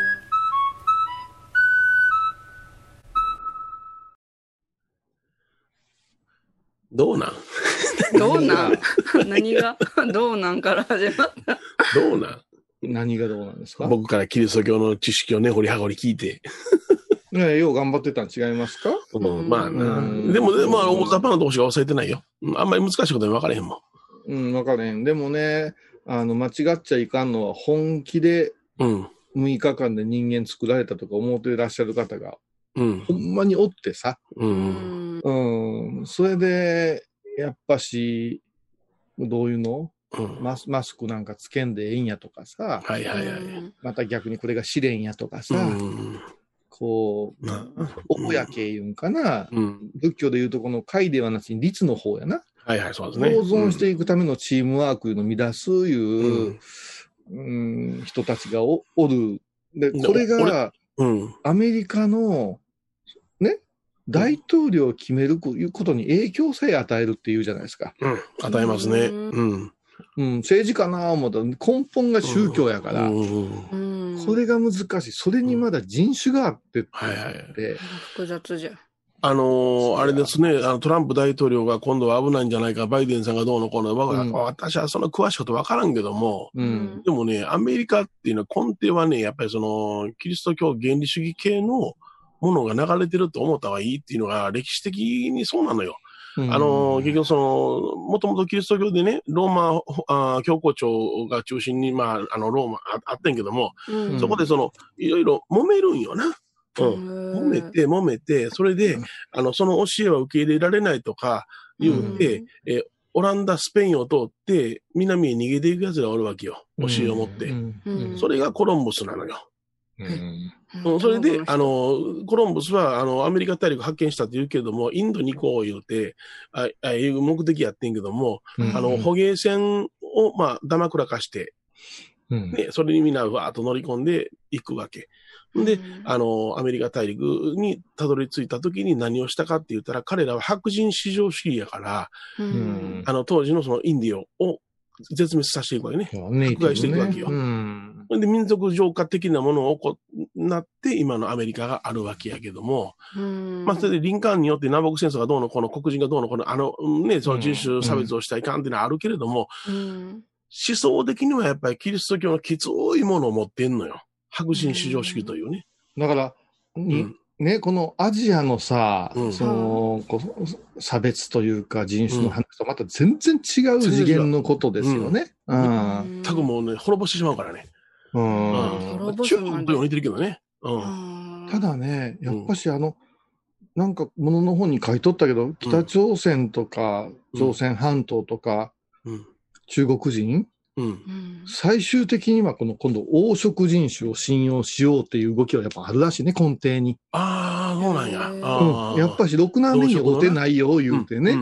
[SPEAKER 3] どうなん
[SPEAKER 1] どうなん何がどうなんから始まった。
[SPEAKER 3] どうなん
[SPEAKER 2] 何がどうなんですか？
[SPEAKER 3] 僕からキリスト教の知識をね、掘り葉掘り聞いて。
[SPEAKER 2] ね、よう頑張ってたん違いますか？
[SPEAKER 3] まあな。でも、まあ、大雑把なとこしか抑えてないよ。あんまり難しいことに分かれへんも
[SPEAKER 2] ん。分かれへん。でもね、間違っちゃいかんのは、本気で、6日間で人間作られたとか思っていらっしゃる方が、ほんまにおってさ。それで、やっぱし、どういうの？マスクなんかつけんでええんやとかさ、また逆にこれが試練やとかさ、こう、公言うんかな、仏教でいうとこの戒ではなしに律の方やな。
[SPEAKER 3] そうですね。
[SPEAKER 2] 共存していくためのチームワークの乱すいう、人たちがおる。で、これが、アメリカの、ね、大統領を決めることに影響さえ与えるっていうじゃないですか。
[SPEAKER 3] 与えますね。
[SPEAKER 2] 政治家な思ったら根本が宗教やから、これが難しい。それにまだ人種があって
[SPEAKER 1] 複雑じゃ。
[SPEAKER 3] あれですね、トランプ大統領が今度は危ないんじゃないか、バイデンさんがどうのこうの、私はその詳しいことわからんけども、でもね、アメリカっていうのは根底はね、やっぱりその、キリスト教原理主義系のものが流れてると思った方がいいっていうのが歴史的にそうなのよ。結局その、もともとキリスト教でね、ローマ教皇庁が中心に、ローマあってんけども、そこでその、いろいろ揉めるんよな。揉めて、それで、その教えは受け入れられないとか言って、オランダ、スペインを通って、南へ逃げていく奴がおるわけよ。教えを持って。それがコロンブスなのよ。それで、コロンブスは、アメリカ大陸発見したって言うけれども、インドに行こう言うて、いう目的やってんけども、捕鯨船を、ダマくらかして、ね、それにみんなわーっと乗り込んでいくわけ。で、アメリカ大陸にたどり着いた時に何をしたかって言ったら、彼らは白人至上主義やから、当時のそのインディオを絶滅させていくわけね。迫害していくわけよ。で、民族浄化的なものをなって、今のアメリカがあるわけやけども、それでリンカーンによって南北戦争がどうのこの黒人がどうのこの、その人種差別をしたいかんっていうのはあるけれども、思想的にはやっぱりキリスト教のきついものを持ってんのよ。白人至上主義というね。
[SPEAKER 2] だから、ね、このアジアのさ、その、差別というか人種の話とまた全然違う次元のことですよね。
[SPEAKER 3] 全くもうね、滅ぼしてしまうからね。中国と似てるけどね。
[SPEAKER 2] ただね、やっぱしなんか物の本に書いとったけど、北朝鮮とか、朝鮮半島とか、中国人、最終的には今度黄色人種を信用しようっていう動きはやっぱあるらしいね、根底に。
[SPEAKER 3] そうなんや。
[SPEAKER 2] やっぱしろくな目に合うてないよ、言うてね。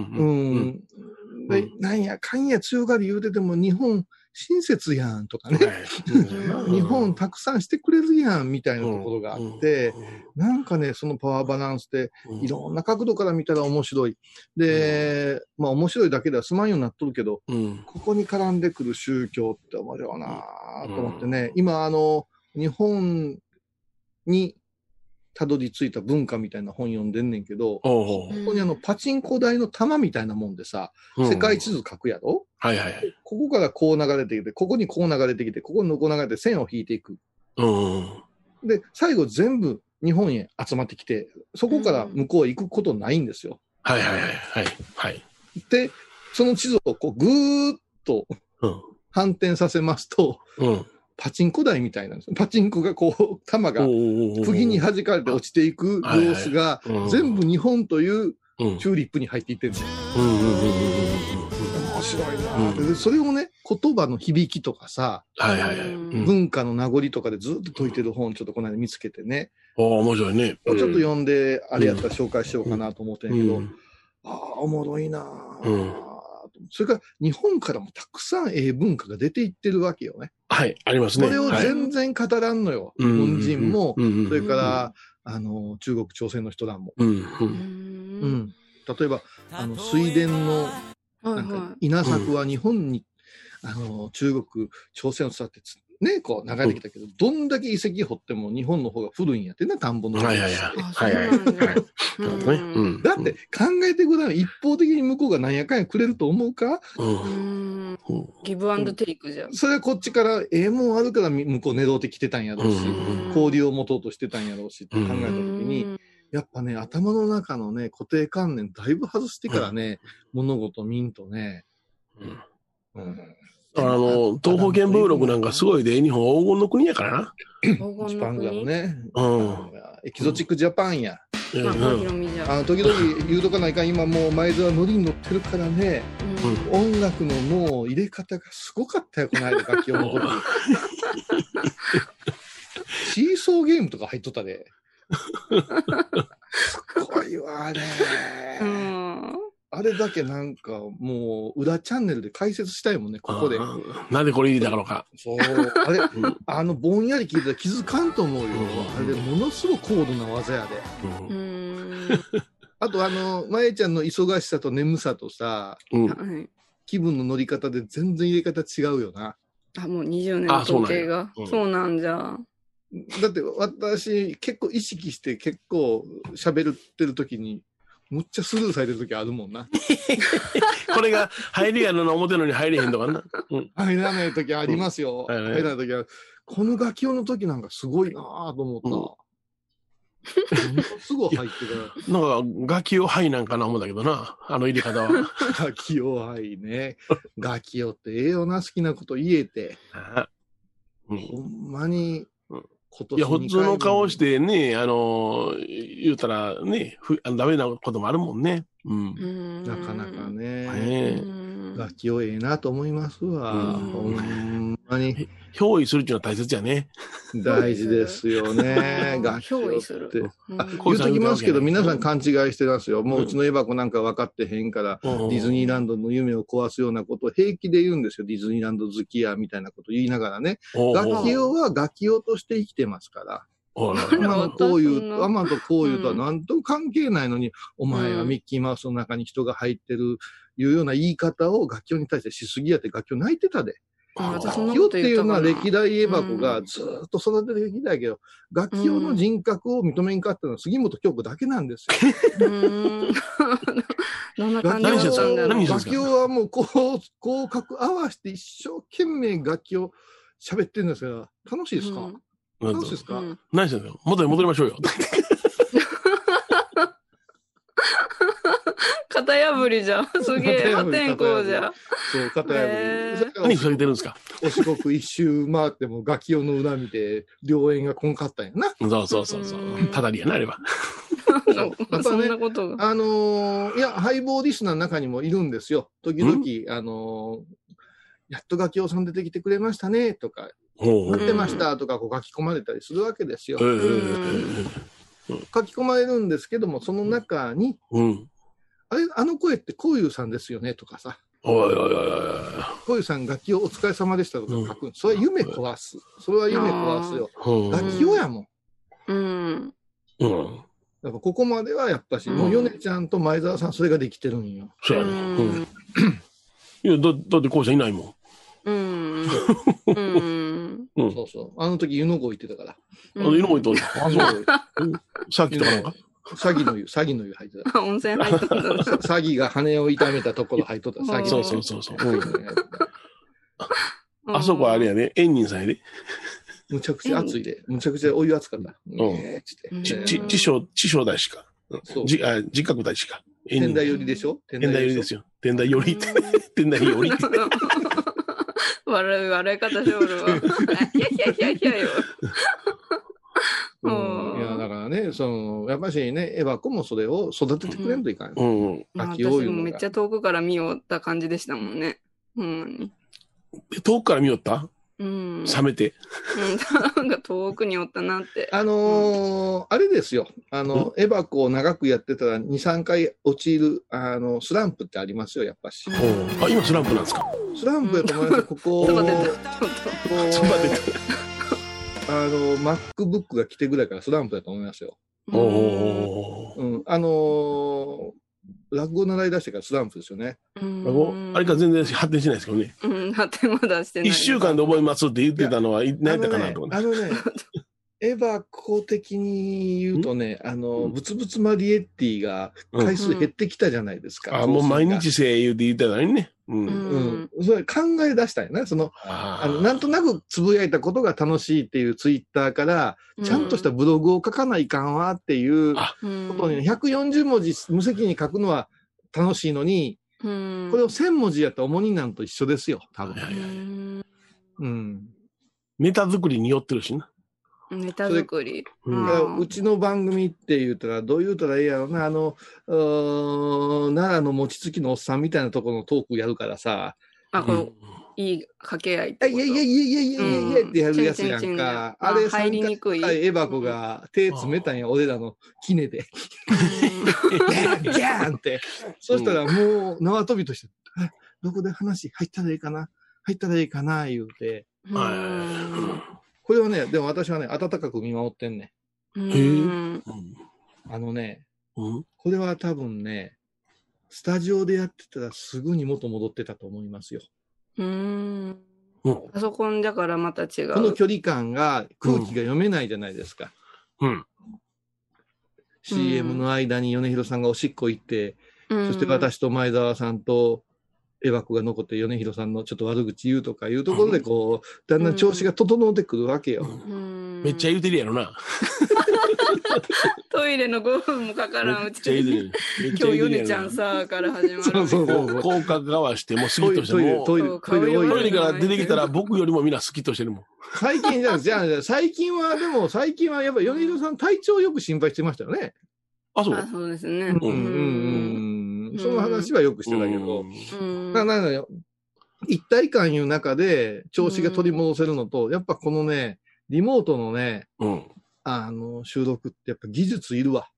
[SPEAKER 2] なんやかんや強がり言うてても日本親切やんとかね。日本たくさんしてくれるやんみたいなところがあって、なんかね、そのパワーバランスでいろんな角度から見たら面白い。で、面白いだけでは済まんようになっとるけど、ここに絡んでくる宗教って面白いなと思ってね、今日本にたどり着いた文化みたいな本読んでんねんけど、ここにパチンコ台の玉みたいなもんでさ、世界地図書くやろ？ここからこう流れてきて、ここにこう流れてきて、ここにこう流れて線を引いていく。で、最後全部日本へ集まってきて、そこから向こうへ行くことないんですよ。
[SPEAKER 3] はいはいはいはい。はい。
[SPEAKER 2] で、その地図をこうぐーっと反転させますと、パチンコ台みたいなんです。パチンコがこう、玉が釘に弾かれて落ちていく様子が、全部日本というチューリップに入っていってるんですよ。面白いな、それをね、言葉の響きとかさ、文化の名残とかでずっと解いてる本、ちょっとこの間見つけてね。
[SPEAKER 3] 面白いね。
[SPEAKER 2] ちょっと読んで、あれやったら紹介しようかなと思ってんやけど、おもろいなそれから日本からもたくさん文化が出ていってるわけよね。
[SPEAKER 3] はい、ありますね。
[SPEAKER 2] それを全然語らんのよ。日本人も、それから、中国、朝鮮の人らも。例えば、水田の、なんか、稲作は日本に、中国、朝鮮を伝ってね、こう流れてきたけど、どんだけ遺跡掘っても日本の方が古いんやってね、田んぼの。だって考えてください。一方的に向こうが何やかんやくれると思うか？
[SPEAKER 1] ギブアンドテイクじゃん。
[SPEAKER 2] それはこっちからもんあるから向こう狙ってきてたんやろうし、交流を持とうとしてたんやろうしって考えたときに、やっぱね、頭の中のね、固定観念だいぶ外してからね、物事見んとね、
[SPEAKER 3] 東方見聞録なんかすごいで、日本黄金の国やからな。
[SPEAKER 2] ジャパンだもね。エキゾチックジャパンや。時々言うとかないかん、今もう前澤乗りに乗ってるからね、音楽のもう入れ方がすごかったよ、この間楽器をの時。シーソーゲームとか入っとったで。すごいわ、あれ。あれだけなんかもう裏チャンネルで解説したいもんね、ここで。
[SPEAKER 3] なんでこれ入れたのか。
[SPEAKER 2] そう。あれ、ぼんやり聞いたら気づかんと思うよ。あれ、ものすごく高度な技やで。あと、まえちゃんの忙しさと眠さとさ、気分の乗り方で全然入れ方違うよな。
[SPEAKER 1] もう20年の統計が。そうなんじゃ。
[SPEAKER 2] だって私、結構意識して結構喋ってる時に、むっちゃスルーされてる時あるもんな。
[SPEAKER 3] これが入りやの表のに入れへんとかな。
[SPEAKER 2] 入らない時ありますよ。入らない時は。この楽器用の時なんかすごいなぁと思った。すぐ入ってから。
[SPEAKER 3] なんか楽器用はいなんかな思うんだけどな。入れ方は。
[SPEAKER 2] 楽器用はいね。楽器用ってええよな、好きなこと言えて。ほんまに。
[SPEAKER 3] いや、普通の顔してね、言うたらね、ダメなこともあるもんね。
[SPEAKER 2] なかなかね。楽器をええなと思いますわ。ほんまに。
[SPEAKER 3] 憑依するっていうのは大切やね。
[SPEAKER 2] 大事ですよね。楽器をって。言うときますけど、皆さん勘違いしてますよ。もううちのエバコなんか分かってへんから、ディズニーランドの夢を壊すようなことを平気で言うんですよ。ディズニーランド好きや、みたいなこと言いながらね。楽器用は楽器用として生きてますから。アマとこういうとは何と関係ないのに、お前はミッキーマウスの中に人が入ってる、いうような言い方を楽器用に対してしすぎやって楽器用泣いてたで。楽器用っていうのは歴代エバコがずっと育ててきたけど、楽器用の人格を認めんかったのは杉本京子だけなんですよ。
[SPEAKER 1] どんな感じだったんだろう。
[SPEAKER 2] 楽器用はもう口角合わせて一生懸命楽器を喋ってるんですが、楽しいですか？楽しいですか？
[SPEAKER 3] 何してんの？元に戻りましょうよ。
[SPEAKER 1] 型破りじゃん。すげえ、破天荒じゃん。
[SPEAKER 2] そう、型破り。
[SPEAKER 3] 何ふざけてるんですか？
[SPEAKER 2] お四国一周回っても楽器用の恨みで良縁がこんかったんやな。
[SPEAKER 3] そう。ただりやな、あれば。
[SPEAKER 1] そんなことが。
[SPEAKER 2] いや、ハイボーリスナーの中にもいるんですよ。時々、やっと楽器用さん出てきてくれましたね、とか、待ってましたとか、こう書き込まれたりするわけですよ。書き込まれるんですけども、その中に、あの声ってこういうさんですよね、とかさ。こういうさん楽器をお疲れ様でしたとか書く。それは夢壊す。それは夢壊すよ。楽器用やもん。やっぱここまではやっぱし、もう米ちゃんと前澤さんそれができてるんよ。
[SPEAKER 3] そうやね。いや、だってこうさんいないもん。
[SPEAKER 2] そうそう。あの時湯の郷行ってたから。
[SPEAKER 3] 湯の郷行った。あ、そう。さっきとかなんか
[SPEAKER 2] 詐欺の湯入ってた。
[SPEAKER 1] 温泉入っとった。
[SPEAKER 2] 詐欺が羽を痛めたところ入っとった。詐欺。
[SPEAKER 3] そう。あそこはあれやね。エンニンさんやで。
[SPEAKER 2] むちゃくちゃ熱いで。むちゃくちゃお湯熱かった。
[SPEAKER 3] 地正大しか。実覚大しか。
[SPEAKER 2] 天台寄りでしょ？
[SPEAKER 3] 天台寄りですよ。天台寄り。天台寄り。
[SPEAKER 1] 笑い方しょるわ。いやよ。
[SPEAKER 2] いや、だからね、やっぱしね、エバコもそれを育ててくれんといかん。
[SPEAKER 1] 私もめっちゃ遠くから見よった感じでしたもんね。
[SPEAKER 3] 遠くから見よった？冷めて。
[SPEAKER 1] なんか遠くにおったなって。
[SPEAKER 2] あれですよ。エバコを長くやってたら2、3回陥る、スランプってありますよ、やっぱし。
[SPEAKER 3] 今スランプなんですか？
[SPEAKER 2] スランプやと思いますよ、ここ。
[SPEAKER 1] ちょっと待って。
[SPEAKER 2] MacBook が来てぐらいからスランプだと思いますよ。落語習い出してからスランプですよね。
[SPEAKER 3] 落語あれから全然発展しないですけどね。
[SPEAKER 1] 発展まだしてない。
[SPEAKER 3] 1週間で覚えますって言ってたのは何やったかなと思って。
[SPEAKER 2] エヴァ公的に言うとね、ブツブツマリエッティが回数減ってきたじゃないですか。
[SPEAKER 3] もう毎日声優で言ってたのにね。
[SPEAKER 2] それ考え出したよね。なんとなくつぶやいたことが楽しいっていうツイッターから、ちゃんとしたブログを書かないかんわっていうことに、140文字無責任に書くのは楽しいのに、これを1000文字やったら重荷なんと一緒ですよ、多分。
[SPEAKER 3] ネタ作りによってるしな。
[SPEAKER 1] ネタ作り。
[SPEAKER 2] うちの番組って言ったら、どう言うたらいいやろな、奈良の餅つきのおっさんみたいなところのトークやるからさ。
[SPEAKER 1] いい掛け合いってこと。
[SPEAKER 2] いやってやるやつやんか。あれ
[SPEAKER 1] 入りにくい。
[SPEAKER 2] エバコが手詰めたんや、俺らのキネで。ギャーンって。そしたらもう縄跳びとして、どこで話入ったらいいかな言うて。これはね、でも私はね、温かく見守ってんね。これは多分ね、スタジオでやってたらすぐに元戻ってたと思いますよ。
[SPEAKER 1] パソコンだからまた違う。
[SPEAKER 2] この距離感が空気が読めないじゃないですか。CM の間に米広さんがおしっこ行って、そして私と前澤さんとエバコが残って米広さんのちょっと悪口言うとかいうところでこう、だんだん調子が整ってくるわけよ。
[SPEAKER 3] めっちゃ言うてるやろな。
[SPEAKER 1] トイレの5分もかからんうちに。今日ヨネちゃんさから始まる。
[SPEAKER 3] 口角交わしてもスキッとしても。トイレから出てきたら僕よりもみんなスキッとしてるもん。
[SPEAKER 2] 最近最近はやっぱ米広さん体調よく心配してましたよね。
[SPEAKER 1] そうですね。
[SPEAKER 2] その話はよくしてたけど、一体感いう中で調子が取り戻せるのと、やっぱこのね、リモートのね、収録ってやっぱ技術いるわ。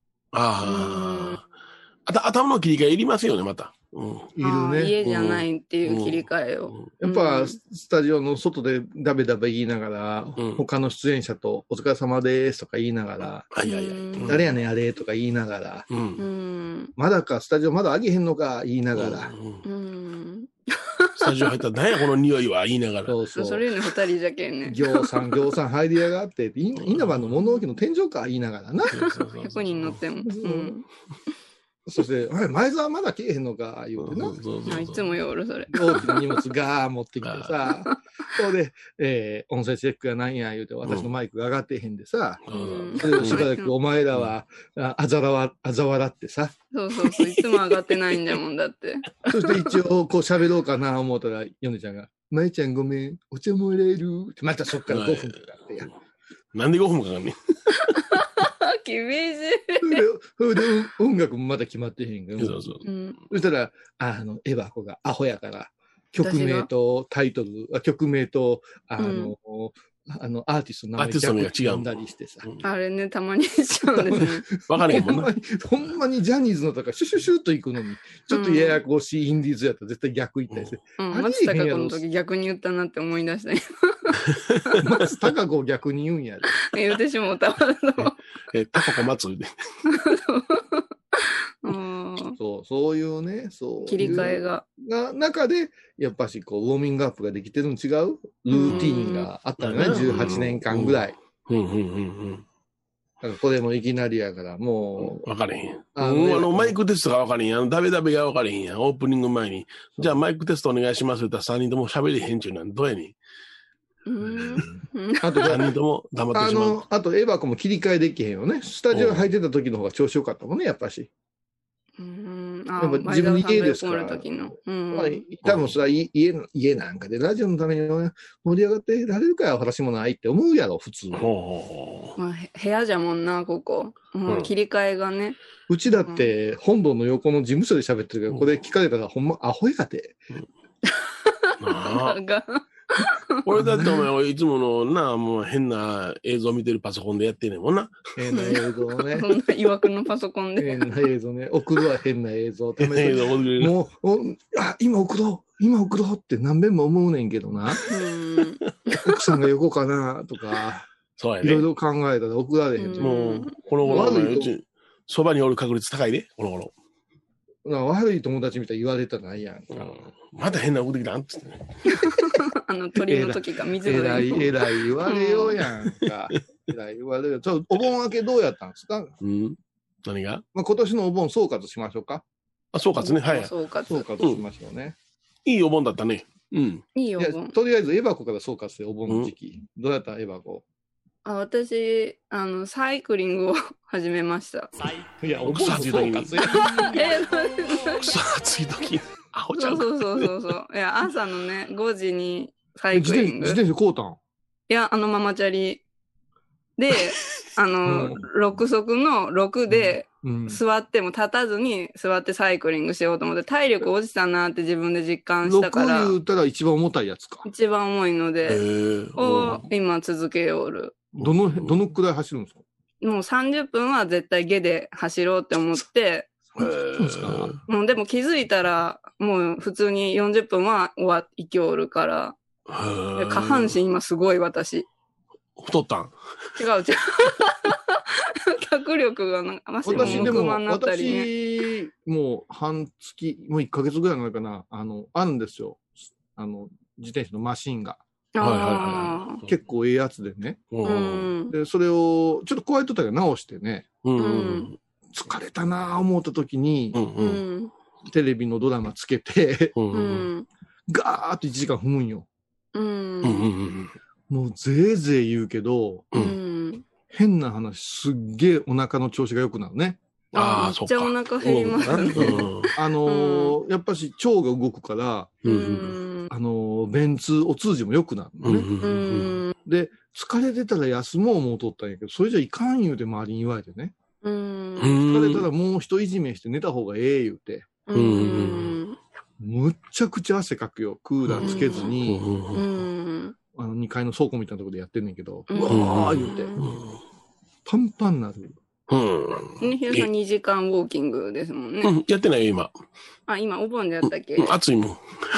[SPEAKER 3] 頭の切り替えいりますよね、また。
[SPEAKER 2] いるね。
[SPEAKER 1] 家じゃないっていう切り替えを。
[SPEAKER 2] やっぱスタジオの外でダベダベ言いながら、他の出演者とお疲れ様ですとか言いながら、誰やねんあれとか言いながら、まだか、スタジオまだあげへんのか言いながら。
[SPEAKER 3] スタジオ入ったら何やこの匂いは言いながら。
[SPEAKER 1] それね、二人じゃけんね。
[SPEAKER 2] 行さん入りやがって、稲葉の物置の天井か言いながらな。
[SPEAKER 1] 100人乗っても。
[SPEAKER 2] そして、前澤まだ来えへんのか、言うてな。
[SPEAKER 1] いつも夜それ。
[SPEAKER 2] 大きな荷物ガー持ってきてさ、それで、音声チェックがなんや言うて、私のマイクが上がってへんでさ、それをしばらくお前らは、あざ笑ってさ。
[SPEAKER 1] そう、いつも上がってないんだもんだって。
[SPEAKER 2] そして一応、こう喋ろうかな思ったら、ヨネちゃんが、まえちゃんごめん、お茶もらえるって、またそっから5分かかってや。
[SPEAKER 3] なんで5分もかかんねん。
[SPEAKER 1] 厳しい。
[SPEAKER 2] それで音楽もまだ決まってへんけど。そしたら、エバコがアホやから、曲名とタイトル、曲名と、アーティストの名前
[SPEAKER 3] が違
[SPEAKER 2] うんだりしてさ。
[SPEAKER 1] あれね、たまにしちゃうんですね。
[SPEAKER 3] わかれへんもんな。
[SPEAKER 2] ほんまにジャニーズのとかシュシュシュッと行くのに、ちょっとややこしいインディーズやったら絶対逆行ったりして。
[SPEAKER 1] 松たか子の時逆に言ったなって思い出したよ。
[SPEAKER 2] 松たか子を逆に言うんやで。
[SPEAKER 1] 言うてしもうたわ。
[SPEAKER 3] たかこ松で。
[SPEAKER 2] そういうね、
[SPEAKER 1] 切り替えが。
[SPEAKER 2] 中で、やっぱしこう、ウォーミングアップができてるの違うルーティーンがあったのね、18年間ぐらい。これもいきなりやから、もう。
[SPEAKER 3] わかれへん。マイクテストがわかれへん。ダメがわかれへんやん。オープニング前に。じゃあマイクテストお願いしますって言ったら3人とも喋れへんちゅうなんどうやねん。
[SPEAKER 2] あと、
[SPEAKER 3] 何人とも黙ってしまう。
[SPEAKER 2] あとエバコも切り替えできへんよね。スタジオ入ってた時の方が調子良かったもんね、やっぱし。やっぱ自分の家ですから。多分それは家なんかで、ラジオのために盛り上がってられるから話もないって思うやろ、普通。
[SPEAKER 1] 部屋じゃもんな、ここ。切り替えがね。
[SPEAKER 2] うちだって本堂の横の事務所で喋ってるけど、これ聞かれたらほんまアホやで。
[SPEAKER 3] 俺だってお前いつものな、もう変な映像見てるパソコンでやってんねんもんな。
[SPEAKER 2] 変な映像ね。
[SPEAKER 1] そんな曰くのパソコンで。
[SPEAKER 2] 変な映像ね。送るわ、変な映像。
[SPEAKER 3] も
[SPEAKER 2] う、今送ろうって何遍も思うねんけどな。奥さんが横かなとか、
[SPEAKER 3] そうやね。
[SPEAKER 2] いろいろ考えたら送られへん。
[SPEAKER 3] もう、この頃うち、そばにおる確率高いで、この頃。
[SPEAKER 2] 悪い友達みたいに言われたらないやんか。
[SPEAKER 3] また変な送ってきたんつってね。
[SPEAKER 1] 鳥の時が水
[SPEAKER 2] ぐらい。えらい言われようやんか。えらい言われよ。お盆明けどうやったんですか？
[SPEAKER 3] 何が？
[SPEAKER 2] 今年のお盆総括しましょうか。
[SPEAKER 3] 総括ね。はい。
[SPEAKER 2] 総括しましょうね。
[SPEAKER 3] いいお盆だったね。
[SPEAKER 1] いいお盆。
[SPEAKER 2] とりあえずエバコから総括してお盆の時期。どうやったエバコ？
[SPEAKER 1] 私、サイクリングを始めました。
[SPEAKER 2] いや、お盆の総括や。
[SPEAKER 3] 暑い時に。アホちゃう。
[SPEAKER 1] そう。いや、朝のね、5時にサイクリング。
[SPEAKER 2] 自転車買うたん？
[SPEAKER 1] いや、ママチャリ。で、6足の6で、座っても立たずに座ってサイクリングしようと思って、体力落ちたなって自分で実感したから。
[SPEAKER 2] 6言うたら一番重たいやつか。
[SPEAKER 1] 一番重いので、今続けよる。
[SPEAKER 2] どのくらい走るんですか？
[SPEAKER 1] もう30分は絶対下で走ろうって思って、でも気づいたら、もう普通に40分は生きおるから、下半身今すごい私。
[SPEAKER 3] 太ったん？
[SPEAKER 1] 違う。脚力が
[SPEAKER 2] 私でも、私、もう半月、もう1ヶ月ぐらいなのかな、あるんですよ。自転車のマシンが。結構ええやつでね。で、それを、ちょっと壊れとったから直してね。疲れたなぁ思った時に、テレビのドラマつけて、ガーッと1時間踏むんよ。もうぜいぜい言うけど、変な話、すっげえお腹の調子が良くなるね。
[SPEAKER 1] めっちゃお腹減りますね。
[SPEAKER 2] やっぱし腸が動くから、便通、お通じも良くなるのね。で、疲れてたら休もう思うとったんやけど、それじゃいかん言うて周りに言われてね。疲れたらもう一いじめして寝た方がええ言うて。むっちゃくちゃ汗かくよ。クーラーつけずに。2階の倉庫みたいなところでやってんねんけど、うわー言うて。パンパンになる。
[SPEAKER 1] ひろさん2時間ウォーキングですもんね。
[SPEAKER 3] やってないよ、今。
[SPEAKER 1] 今お盆でやったっけ？
[SPEAKER 3] 暑いもん。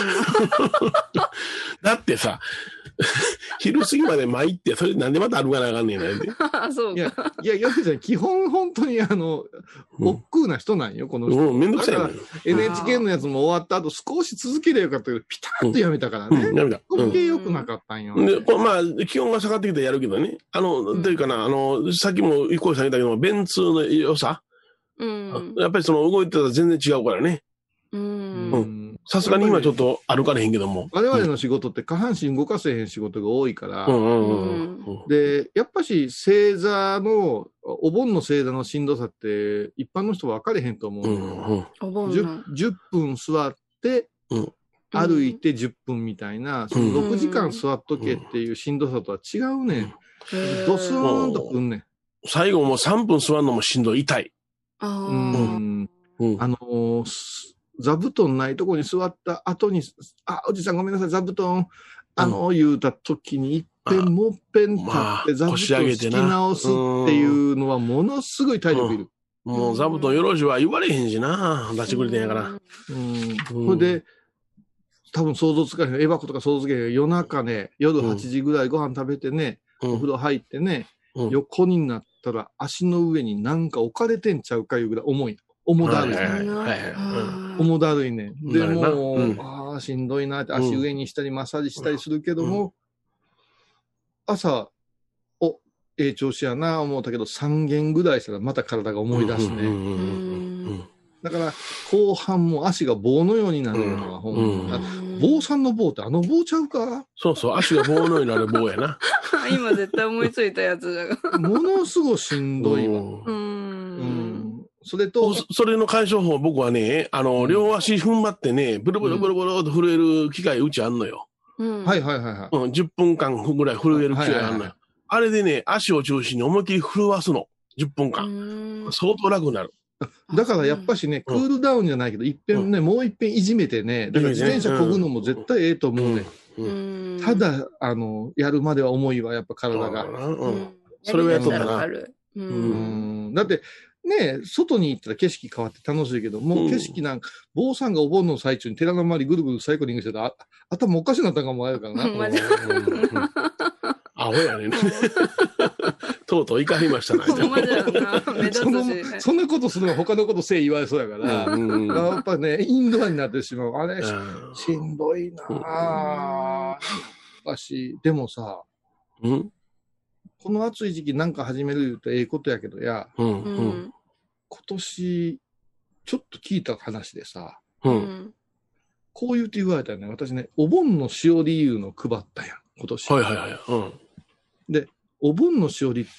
[SPEAKER 3] だってさ、昼過ぎまで参って、それなんでまた歩かなあかんねんなんで。
[SPEAKER 1] そうか。
[SPEAKER 2] いや、ヨネちゃん、基本本当に億劫な人なんよ、この人。
[SPEAKER 3] めんどくさいね。
[SPEAKER 2] NHK のやつも終わった後、少し続ければよかったけど、ピタッとやめたからね。
[SPEAKER 3] やめた。
[SPEAKER 2] 余計良くなかったんよ。
[SPEAKER 3] まあ、気温が下がってきてやるけどね。というかな、さっきも一個されたけど、便通の良さ。やっぱり動いてたら全然違うからね。さすがに今ちょっと歩かれへんけども。
[SPEAKER 2] 我々の仕事って下半身動かせへん仕事が多いから。で、やっぱし正座の、お盆の正座のしんどさって一般の人は分かれへんと思う。10分座って、歩いて10分みたいな、その6時間座っとけっていうしんどさとは違うねん。ドスーンとくんねん。最
[SPEAKER 3] 後もう3分座るのもしんどい、痛い。
[SPEAKER 2] 座布団ないとこに座った後に、おじさんごめんなさい、座布団、言うた時に一遍もっぺん立って座布団敷き直すっていうのはものすごい体力いる。
[SPEAKER 3] もう座布団よろしは言われへんしな、出してくれてんやから。
[SPEAKER 2] それで、多分想像つかへん、エバコとか想像つかへん、夜中ね、夜8時ぐらいご飯食べてね、お風呂入ってね、横になったら足の上になんか置かれてんちゃうかいうぐらい重い。重だるい。重だるいね。でも、しんどいなって足上にしたりマッサージしたりするけども、朝、調子やな思ったけど、3軒ぐらいしたらまた体が思い出すね。だから、後半も足が棒のようになるのが、 坊さんの棒ってあの棒ちゃうか？
[SPEAKER 3] そうそう、足が棒のようになる棒やな。
[SPEAKER 1] 今絶対思いついたやつだが。
[SPEAKER 2] ものすごいしんどいわ。それと、
[SPEAKER 3] それの解消法、僕はね、両足踏ん張ってね、ブルブルブルブルと震える機械うちあんのよ。
[SPEAKER 2] はいはいはいはい。
[SPEAKER 3] 10分間ぐらい震える機械あんのよ。あれでね、足を中心に思いっきり震わすの。10分間。相当楽になる。
[SPEAKER 2] だからやっぱしね、クールダウンじゃないけど、いっぺんね、もういっぺんいじめてね、だから自転車漕ぐのも絶対ええと思うね。ただ、やるまでは重いわ、やっぱ体が。
[SPEAKER 3] それはやっとったな。
[SPEAKER 2] だって、ね、外に行ったら景色変わって楽しいけど、もう景色なんか、坊さんがお盆の最中に寺の周りぐるぐるサイクリングしてたら、頭おかしくなったかもあるからな。
[SPEAKER 3] アホやねん。とうとう怒りましたな。
[SPEAKER 2] そんなことするのは他のことせい言われそうやから、やっぱね、インドアになってしまう。あれ、しんどいなぁ。でもさ、この暑い時期なんか始めるとええことやけどや、今年、ちょっと聞いた話でさ、こう言って言われたよね。私ね、お盆のしおりいうの配ったやん、今年。
[SPEAKER 3] はいはいはい。
[SPEAKER 2] で、お盆のしおりって、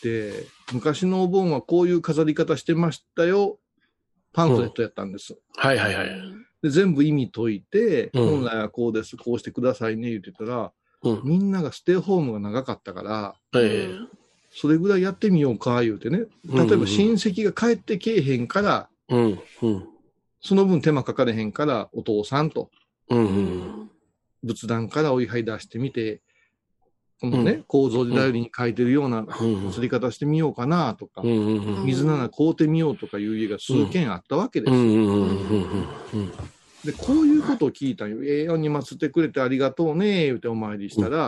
[SPEAKER 2] 昔のお盆はこういう飾り方してましたよ、パンフレットやったんです。
[SPEAKER 3] はいはいはい。
[SPEAKER 2] で、全部意味解いて、本来はこうです、こうしてくださいね、言ってたら、みんながステイホームが長かったから、それぐらいやってみようか、言うてね。例えば親戚が帰ってけえへんから、その分手間かかれへんから、お父さんと、仏壇からお位牌出してみて、このね、構造で頼りに書いてるような釣り方してみようかなとか、水なら買うてみようとかいう家が数軒あったわけですよ。で、こういうことを聞いたよ。ええように祀ってくれてありがとうね、言うてお参りしたら、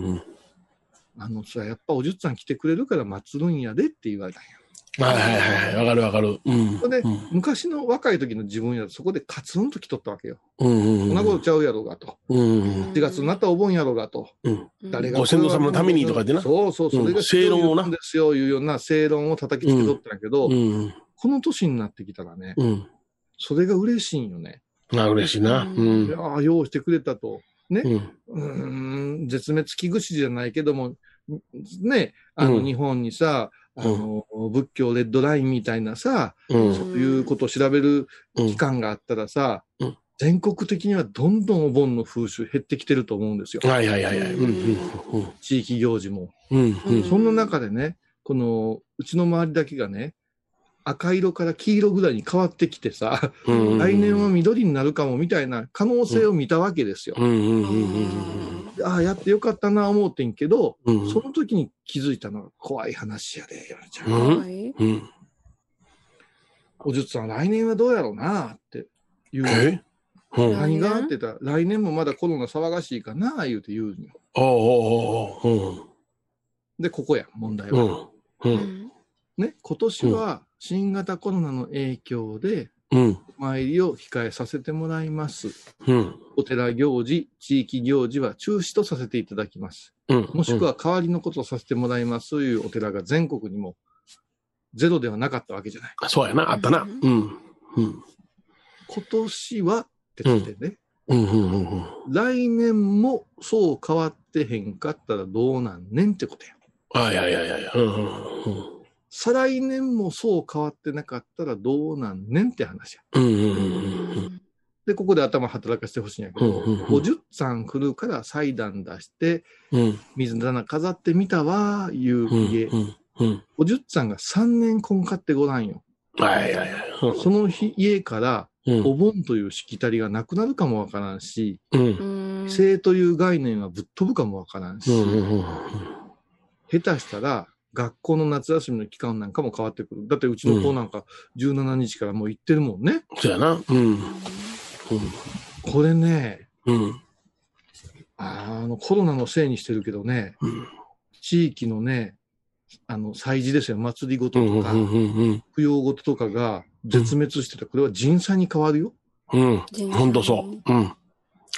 [SPEAKER 2] やっぱおじゅっさん来てくれるから祀るんやでって言われたんや。
[SPEAKER 3] はいはいはい。わかるわかる。
[SPEAKER 2] で、昔の若い時の自分やとそこでカツンと来とったわけよ。こんなことちゃうやろうがと。4月になったらお盆やろうがと。
[SPEAKER 3] 誰がご先祖様のためにとか言ってな。
[SPEAKER 2] そうそう、それが
[SPEAKER 3] 正論をな。
[SPEAKER 2] ですよ、いうような正論を叩きつけとったんやけど、この年になってきたらね、それが嬉しいんよね。
[SPEAKER 3] 嬉しいな。
[SPEAKER 2] ああ、用意してくれたと。ね。絶滅危惧種じゃないけども、ね、日本にさ、仏教レッドラインみたいなさ、そういうことを調べる機関があったらさ、全国的にはどんどんお盆の風習減ってきてると思うんですよ。
[SPEAKER 3] はいはいはいはい。
[SPEAKER 2] 地域行事も。そんな中でね、うちの周りだけがね、赤色から黄色ぐらいに変わってきてさ、来年は緑になるかもみたいな可能性を見たわけですよ。ああ、やってよかったな思うてんけど、その時に気づいたのが怖い話やで、ヨネちゃん。おじゅっさん、来年はどうやろうなって言う。何がって言ったら、来年もまだコロナ騒がしいかな言うて言うんよ。で、ここや、問題は。ね、今年は新型コロナの影響で、お参りを控えさせてもらいます。お寺行事、地域行事は中止とさせていただきます。もしくは代わりのことをさせてもらいますというお寺が全国にもゼロではなかったわけじゃない。
[SPEAKER 3] そうやな、あったな。
[SPEAKER 2] 今年はって言ってね。来年もそう変わってへんかったらどうなんねんってことや。再来年もそう変わってなかったらどうなんねんって話や。で、ここで頭働かせてほしいんやけど、おじゅっさん来るから祭壇出して、水棚飾ってみたわ、いう家。おじゅっさんが3年こんかってごらんよ。その日家から、お盆というしきたりがなくなるかもわからんし、生という概念はぶっ飛ぶかもわからんし、下手したら、学校の夏休みの期間なんかも変わってくる。だってうちの子なんか17日からもう行ってるもんね。
[SPEAKER 3] そうやな。
[SPEAKER 2] これね、コロナのせいにしてるけどね、地域のね、祭事ですよ、祭りごととか、供養ごととかが絶滅してた。これは人災に変わるよ。
[SPEAKER 3] ほんとそう。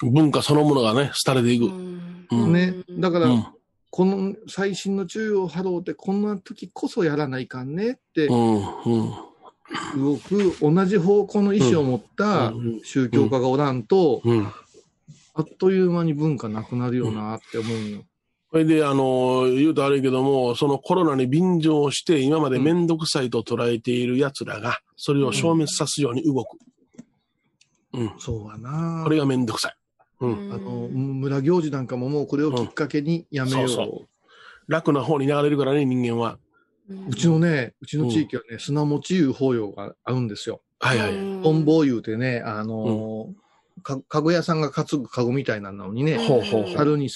[SPEAKER 3] 文化そのものがね、廃れていく。
[SPEAKER 2] ね。だから、この最新の注意を払うて、こんな時こそやらないかんねって、同じ方向の意思を持った宗教家がおらんと、 あっという間に文化なくなるよなって思うよ。
[SPEAKER 3] それで、言うと悪いけども、そのコロナに便乗して、今までめんどくさいと捉えている奴らが、それを消滅さすように動く。
[SPEAKER 2] そうやな。
[SPEAKER 3] これがめんどくさい。
[SPEAKER 2] 村行事なんかももうこれをきっかけにやめよう。
[SPEAKER 3] そう楽な方に流れるからね、人間は。
[SPEAKER 2] うちの地域はね、砂餅いう法要があるんですよ。
[SPEAKER 3] はいはい。
[SPEAKER 2] トンボ言うてね、かご屋さんが担ぐかごみたいなのにね、樽に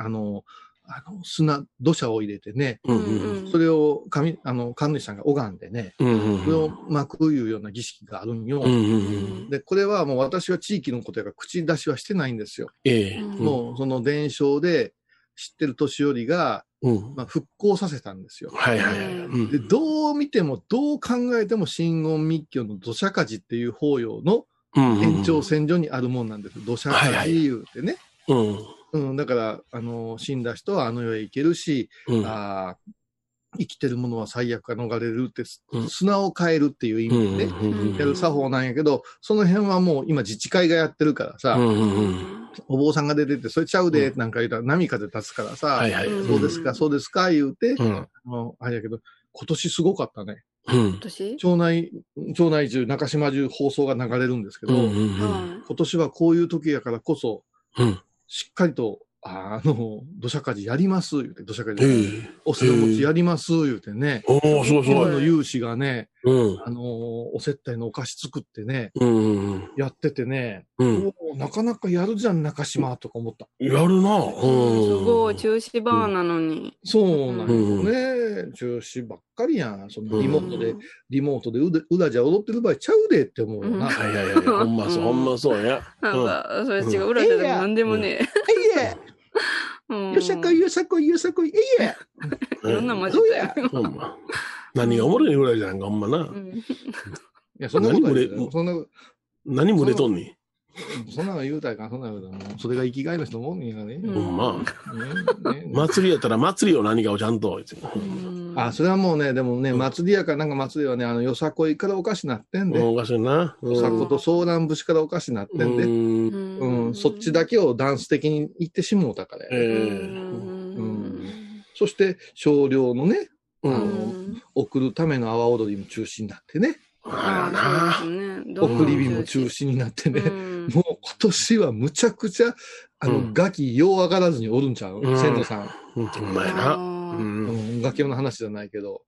[SPEAKER 2] 土砂を入れてね、それを神主さんが拝んでね、それを巻くいうような儀式があるんよ。で、これはもう私は地域のことやから口出しはしてないんですよ。もうその伝承で知ってる年寄りが、復興させたんですよ。で、どう見ても、どう考えても真言密教の土砂火事っていう法要の延長線上にあるもんなんです。土砂火事言うてね。だから、死んだ人はあの世へ行けるし、生きてるものは最悪が逃れるって、砂を変えるっていう意味でね、やる作法なんやけど、その辺はもう今自治会がやってるからさ、お坊さんが出てて、それちゃうで、なんか言うたら波風立つからさ、そうですか、そうですか、言うて、あれやけど、今年すごかったね。町内中、中島中放送が流れるんですけど、今年はこういう時やからこそ、しっかりと、土砂火事やります、言うて、土砂火事、お砂餅やります、言うてね、今の有志がね、お接待のお菓子作ってね、やっててね、なかなかやるじゃん、中島、とか思った。
[SPEAKER 3] やるな。
[SPEAKER 1] すごい、中止バーなのに。
[SPEAKER 2] そうなんよね。中止ばっかりやん。そのリモートでうだじゃ踊ってる場合ちゃうでって思うよな。
[SPEAKER 3] いや、ほんまそうや。
[SPEAKER 1] なんか、それ違う、裏じゃでもなんでもね
[SPEAKER 2] え。よさこい、よさこい、よさこい、い
[SPEAKER 1] ろんな混じったよ。
[SPEAKER 3] 何がおもろいぐらいじゃんか、ほんまな。い
[SPEAKER 2] や、そんなことない。
[SPEAKER 3] 何群れとんねん。
[SPEAKER 2] そんなの言うたらかん、そんなの言うたら、それが生きがいの人もおんねんやね。
[SPEAKER 3] ほんま。祭りやったら祭りを何かをちゃんと。
[SPEAKER 2] それはもうね、でもね、祭りやからなんか祭りはね、よさこいからおかしなってんで。
[SPEAKER 3] おかしいな。
[SPEAKER 2] よさことソーラン節からおかしなってんで。そっちだけをダンス的に言ってしもうたからや。そして、少量のね、送るための阿波踊りも中止になってね。送り火も中止になってね。もう今年はむちゃくちゃ、ガキよう上がらずにおるんちゃう先祖さん。
[SPEAKER 3] ほんまやな。
[SPEAKER 2] ガキ用の話じゃないけど。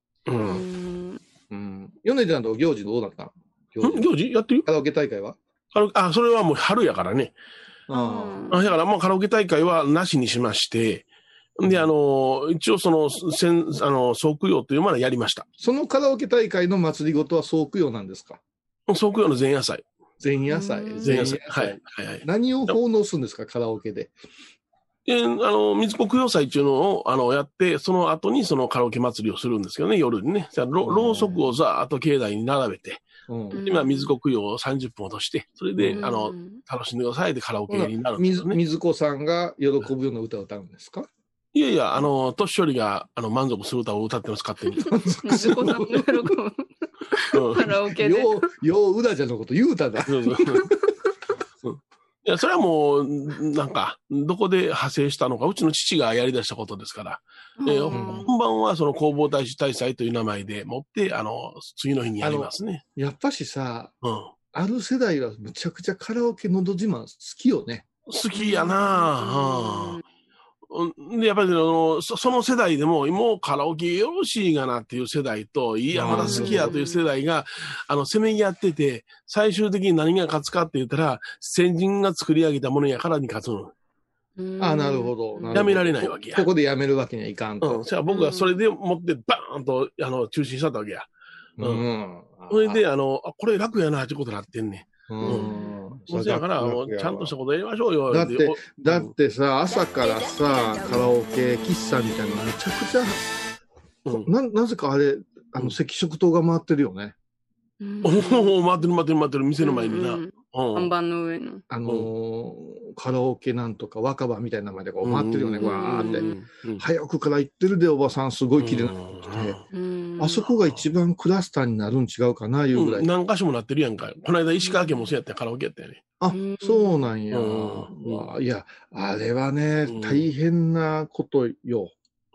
[SPEAKER 2] 米ちゃんと行事どうだった
[SPEAKER 3] 行事やってる
[SPEAKER 2] カラオケ大会は
[SPEAKER 3] それはもう春やからね。だからもうカラオケ大会はなしにしまして、で、一応総供養というものはやりました。
[SPEAKER 2] そのカラオケ大会の祭りごとは総供養なんですか？
[SPEAKER 3] 総供養の前夜祭。
[SPEAKER 2] 前夜祭。
[SPEAKER 3] はい。
[SPEAKER 2] 何を奉納するんですか、カラオケで。
[SPEAKER 3] 水子供養祭っていうのを、やって、その後にそのカラオケ祭りをするんですけどね、夜にね。ろうそくをざーっと境内に並べて、今、水子供養を30分落として、それで、楽しんでくださいでカラオケになるんですよね。
[SPEAKER 2] 水子さんが喜ぶような歌を歌うんですか？
[SPEAKER 3] いやいや、年寄りが、満足する歌を歌ってます、勝手に。
[SPEAKER 1] 水子さんが喜ぶ。カラオケで。
[SPEAKER 2] よう、うだじゃのこと言うただ。
[SPEAKER 3] いや、それはもう、なんか、どこで派生したのか、うちの父がやり出したことですから。本番はその弘法大師大祭という名前でもって、次の日にやりますね。
[SPEAKER 2] やっぱしさ、ある世代はむちゃくちゃカラオケのど自慢好きよね。
[SPEAKER 3] 好きやなぁ。で、やっぱりその世代でも、もうカラオケよろしいがなっていう世代と、いや、まだ好きやという世代が、せめぎ合ってて、最終的に何が勝つかって言ったら、先人が作り上げたものやからに勝つの。
[SPEAKER 2] なるほど。
[SPEAKER 3] やめられないわけや。
[SPEAKER 2] ここでやめるわけにはいかんと。
[SPEAKER 3] じゃあ僕はそれで持ってバーンと、中止したわけや。それで、これ楽やなってことになってんね。そうやから、ちゃんとしたことやりましょうよ。
[SPEAKER 2] だってさ、朝からさ、カラオケ喫茶みたいなのめちゃくちゃ、なぜかあれ、赤色灯が回ってるよね。
[SPEAKER 3] 回ってる、店の前にな。
[SPEAKER 1] 看板の上の。
[SPEAKER 2] カラオケなんとか若葉みたいな名前でこう回ってるよね、わーって。早くから行ってるで、おばさんすごい綺麗なの来て。 あそこが一番クラスターになるん違うかな、いうぐらい。
[SPEAKER 3] 何箇所もなってるやんか。この間石川県もそうやったカラオケやったよね。
[SPEAKER 2] あ、そうなんや。いや、あれはね、大変なことよ。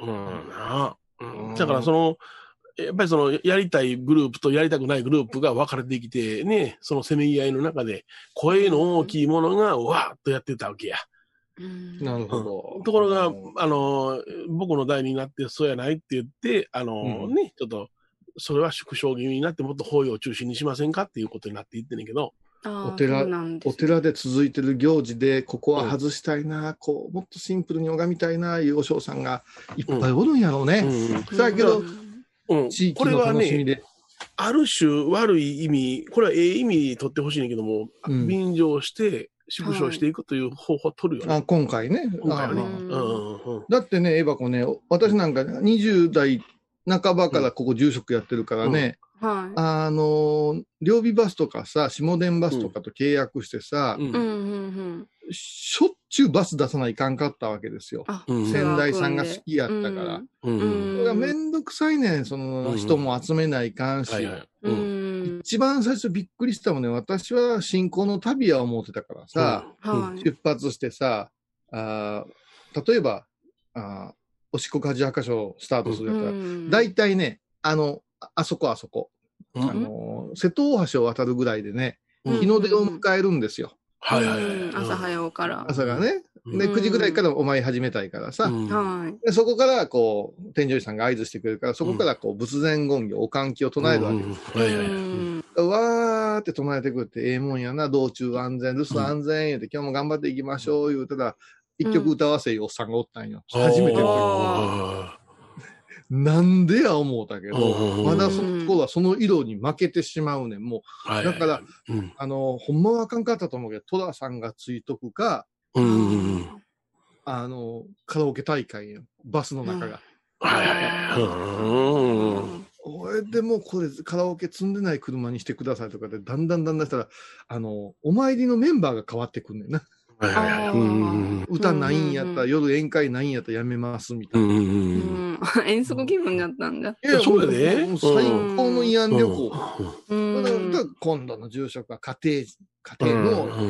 [SPEAKER 2] だからやっぱりやりたいグループとやりたくないグループが分かれてきて、ね、そのせめぎ合いの中で、声の大きいものがわーっとやってたわけや。 なるほど。
[SPEAKER 3] ところが、僕の代になって、そうやないって言って、ね、ちょっと、それは縮小気味になってもっと法要を中心にしませんかっていうことになっていってんねんけど。
[SPEAKER 2] お寺で続いてる行事で、ここは外したいな、もっとシンプルに拝みたいな、いうお嬢さんがいっぱいおるんやろうね。だけど、地域の楽しみで。
[SPEAKER 3] ある種悪い意味、これは意味取ってほしいねんけども、便乗して縮小していくという方法を取るよね。
[SPEAKER 2] 今回ね。
[SPEAKER 3] 今回はね。
[SPEAKER 2] だってね、エバコね、私なんか20代半ばからここ住職やってるからね、両備バスとかさ、下田バスとかと契約してさ、しょっちゅうバス出さないかんかったわけですよ。先代さんが好きやったから。それがめんどくさいねん、人も集めないかんし。一番最初びっくりしたもんね、私は信仰の旅や思ってたからさ、出発してさ、例えば、おしこかじ赤所スタートするやったら、大体ね、あそこ。瀬戸大橋を渡るぐらいでね、日の出を迎えるんですよ。
[SPEAKER 1] 朝早うから。
[SPEAKER 2] 朝がね。で、9時ぐらいからお参り始めたいからさ。でそこから、天上さんが合図してくれるから、そこから、仏前言語、お喚起を唱えるわけです。わーって唱えてくれて、ええもんやな、道中安全、留守安全、言うて、今日も頑張っていきましょう、言うたら、一曲歌わせいうおっさんがおったんよ。初めての時。なんでや思うたけど、まだそこはその色に負けてしまうねん。もう、だから、ほんまはあかんかったと思うけど、戸田さんがついとくか、カラオケ大会やバスの中が。でもこれカラオケ積んでない車にしてくださいとかで、だんだんしたら、お参りのメンバーが変わってくんねんな。歌ないんやったら、夜宴会ないんやったらやめますみたいな。
[SPEAKER 1] 遠足気分だったんだ。
[SPEAKER 3] いや、そうやで。
[SPEAKER 2] 最高の慰安旅行。だから今度の住職は家庭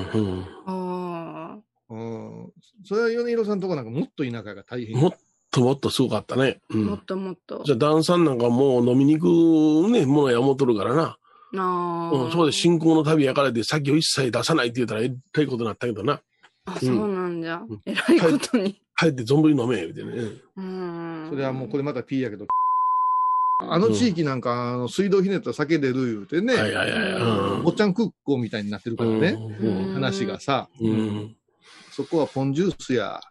[SPEAKER 2] の、それは米広さんのとこなんかもっと田舎が大変。
[SPEAKER 3] もっとすごかったね。
[SPEAKER 1] もっと。
[SPEAKER 3] じゃあ、旦さんなんかもう飲みに行くね、ものや思っとるからな。そこで信仰の旅やからで先を一切出さないって言ったらえらいことになったけどな。
[SPEAKER 1] そうなんじゃ。えらいことに。
[SPEAKER 3] 帰って存分に飲め、みたいなね。
[SPEAKER 2] それはもうこれまた P やけど、地域なんか、水道ひねったら酒出る言うてね、坊ちゃん空港みたいになってるからね、話がさ、そこはポンジュースや。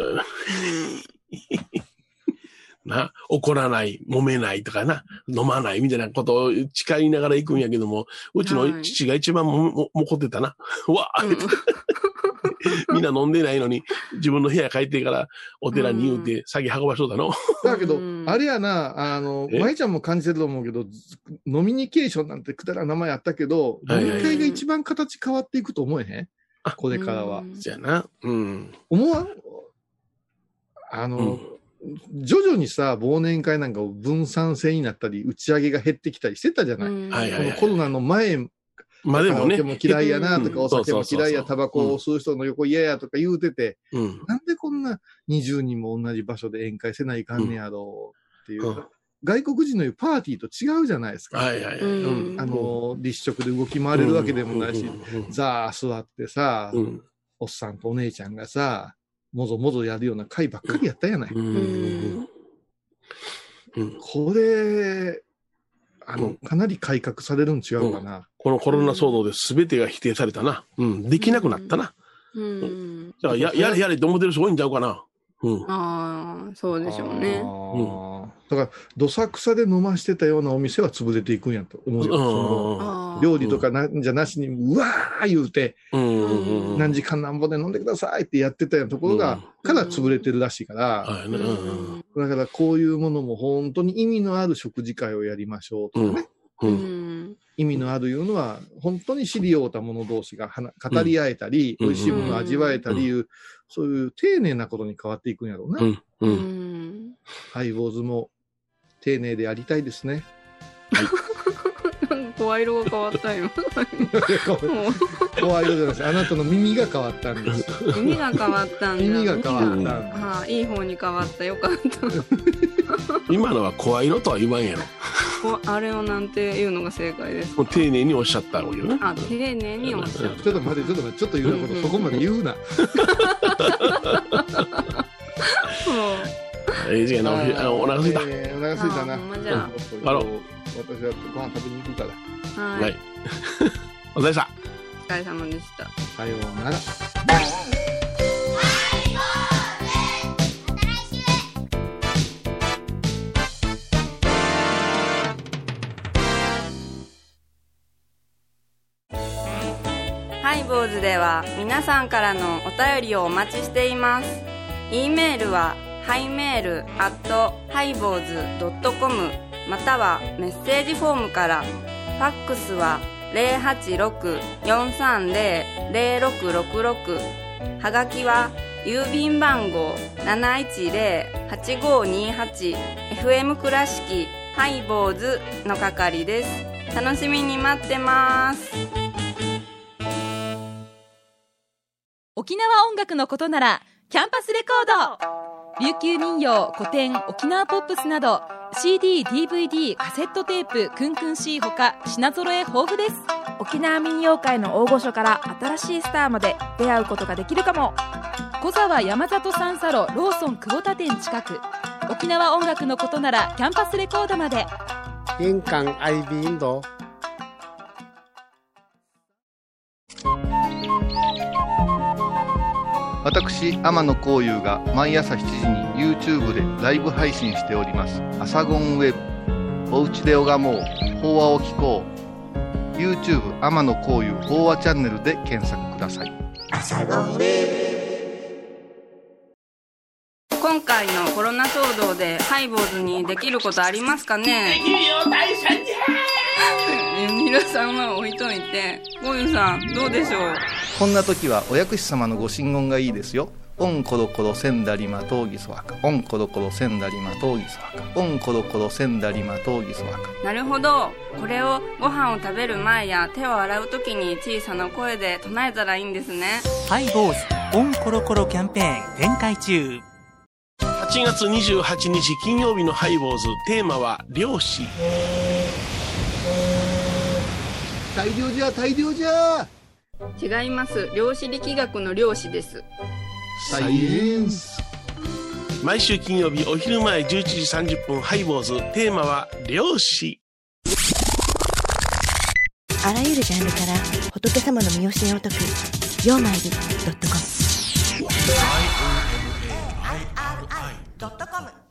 [SPEAKER 3] 怒らない、揉めないとかな、飲まないみたいなことを誓いながら行くんやけども、うちの父が一番もこってたな。わーみんな飲んでないのに、自分の部屋帰ってからお寺に言うて、先運ばしとったの。
[SPEAKER 2] だけど、あれやな、舞ちゃんも感じてると思うけど、ノミニケーションなんてくだら名前あったけど、飲み会が一番形変わっていくと思えへん？これからは。
[SPEAKER 3] じゃあな。
[SPEAKER 2] 思わん？徐々にさ、忘年会なんか分散制になったり、打ち上げが減ってきたりしてたじゃない。このコロナの前、
[SPEAKER 3] まあでもね。
[SPEAKER 2] カラオケも嫌いやなとか、お酒も嫌いや、タバコを吸う人の横嫌やとか言うてて、なんでこんな20人も同じ場所で宴会せないかんねやろうっていう。外国人の言うパーティーと違うじゃないですか。立食で動き回れるわけでもないし、ザー座ってさ、おっさんとお姉ちゃんがさ、もぞもぞやるような会ばっかりやったやない。これ、かなり改革されるん違うかな。
[SPEAKER 3] このコロナ騒動で全てが否定されたな。できなくなったな。だからやれって思ってる人多いんちゃうかな。
[SPEAKER 1] そうでしょうね。
[SPEAKER 2] だから、どさくさで飲ましてたようなお店は潰れていくんやと思うよ。料理とかじゃなしに、うわー言うて、何時間なんぼで飲んでくださいってやってたようなところから潰れてるらしいから、だからこういうものも本当に意味のある食事会をやりましょうとかね。意味のあるいうのは、本当に知り合うた者同士が語り合えたり、美味しいものを味わえたりいう、そういう丁寧なことに変わっていくんやろうな。ハイボーズも、 丁寧でありたいですね。
[SPEAKER 1] 声色が変わったよ。
[SPEAKER 2] 声色じゃないです。あなたの耳が変わったんです。
[SPEAKER 1] 耳が変わったんだ。
[SPEAKER 2] 耳が変わったんだ。
[SPEAKER 1] はあ、いい方に変わった。よかった。
[SPEAKER 3] 今のは声色とは言わんやろ。
[SPEAKER 1] あれをなんて言うのが正解ですか。
[SPEAKER 3] もう丁寧におっしゃった方がいいよね。
[SPEAKER 1] あ、丁寧におっしゃった。
[SPEAKER 2] ちょっと待って、ちょっと言うなこと、そこまで言うな。
[SPEAKER 3] 時間な、お腹すいた。
[SPEAKER 2] お腹すいたな。
[SPEAKER 1] じゃあ、
[SPEAKER 2] 私はご飯食べに行くから。
[SPEAKER 1] はい。
[SPEAKER 3] お疲れ様。
[SPEAKER 1] お疲れ様でした。
[SPEAKER 2] さようなら。
[SPEAKER 1] ハイボーズでは皆さんからのお便りをお待ちしています。e メールはハイメール@highboz.com またはメッセージフォームから。ファックスは 086-430-0666。はがきは郵便番号 710-8528 FM 倉敷ハイボーズの係です。楽しみに待ってます。
[SPEAKER 6] 沖縄音楽のことならキャンパスレコード。琉球民謡、古典、沖縄ポップスなど CD、DVD、カセットテープ、クンクン C ほか品揃え豊富です。
[SPEAKER 7] 沖縄民謡界の大御所から新しいスターまで出会うことができるかも。
[SPEAKER 6] 小沢山里三佐路ローソン久保田店近く。沖縄音楽のことならキャンパスレコードまで。
[SPEAKER 8] 印港 IB 印度。
[SPEAKER 2] 私天野幸雄が毎朝7時に YouTube でライブ配信しておりますアサゴンウェブ。おうちで拝もう、法話を聞こう。 YouTube 天野幸雄法話チャンネルで検索ください。アサゴンウェブ。
[SPEAKER 1] 今回のコロナ騒動でハイボーズにできることありますかね。
[SPEAKER 3] できるよ大社じゃ。
[SPEAKER 1] 皆さんは置いといて、ゴユさんどうでしょう。
[SPEAKER 2] こんな時はお薬師様のご神言がいいですよ。オンコロコロセンダリマトウギソワカ。オンコロコロセンダリマトウギソワカ。オンコロコロセンダリマトウギソワカ。
[SPEAKER 1] なるほど。これをご飯を食べる前や手を洗う時に小さな声で唱えたらいいんですね。
[SPEAKER 4] ハイボーズオンコロコロキャンペーン展開中。
[SPEAKER 3] 8月28日金曜日のハイボーズ、テーマは漁師。
[SPEAKER 2] 大量じゃ大量じゃ。
[SPEAKER 1] 違います。量子力学の量子です。
[SPEAKER 2] サイエンス。
[SPEAKER 3] 毎週金曜日お昼前11時30分ハイボーズ、テーマは漁師。
[SPEAKER 9] あらゆるジャンルから仏様の身教えを解く曜マイル.com。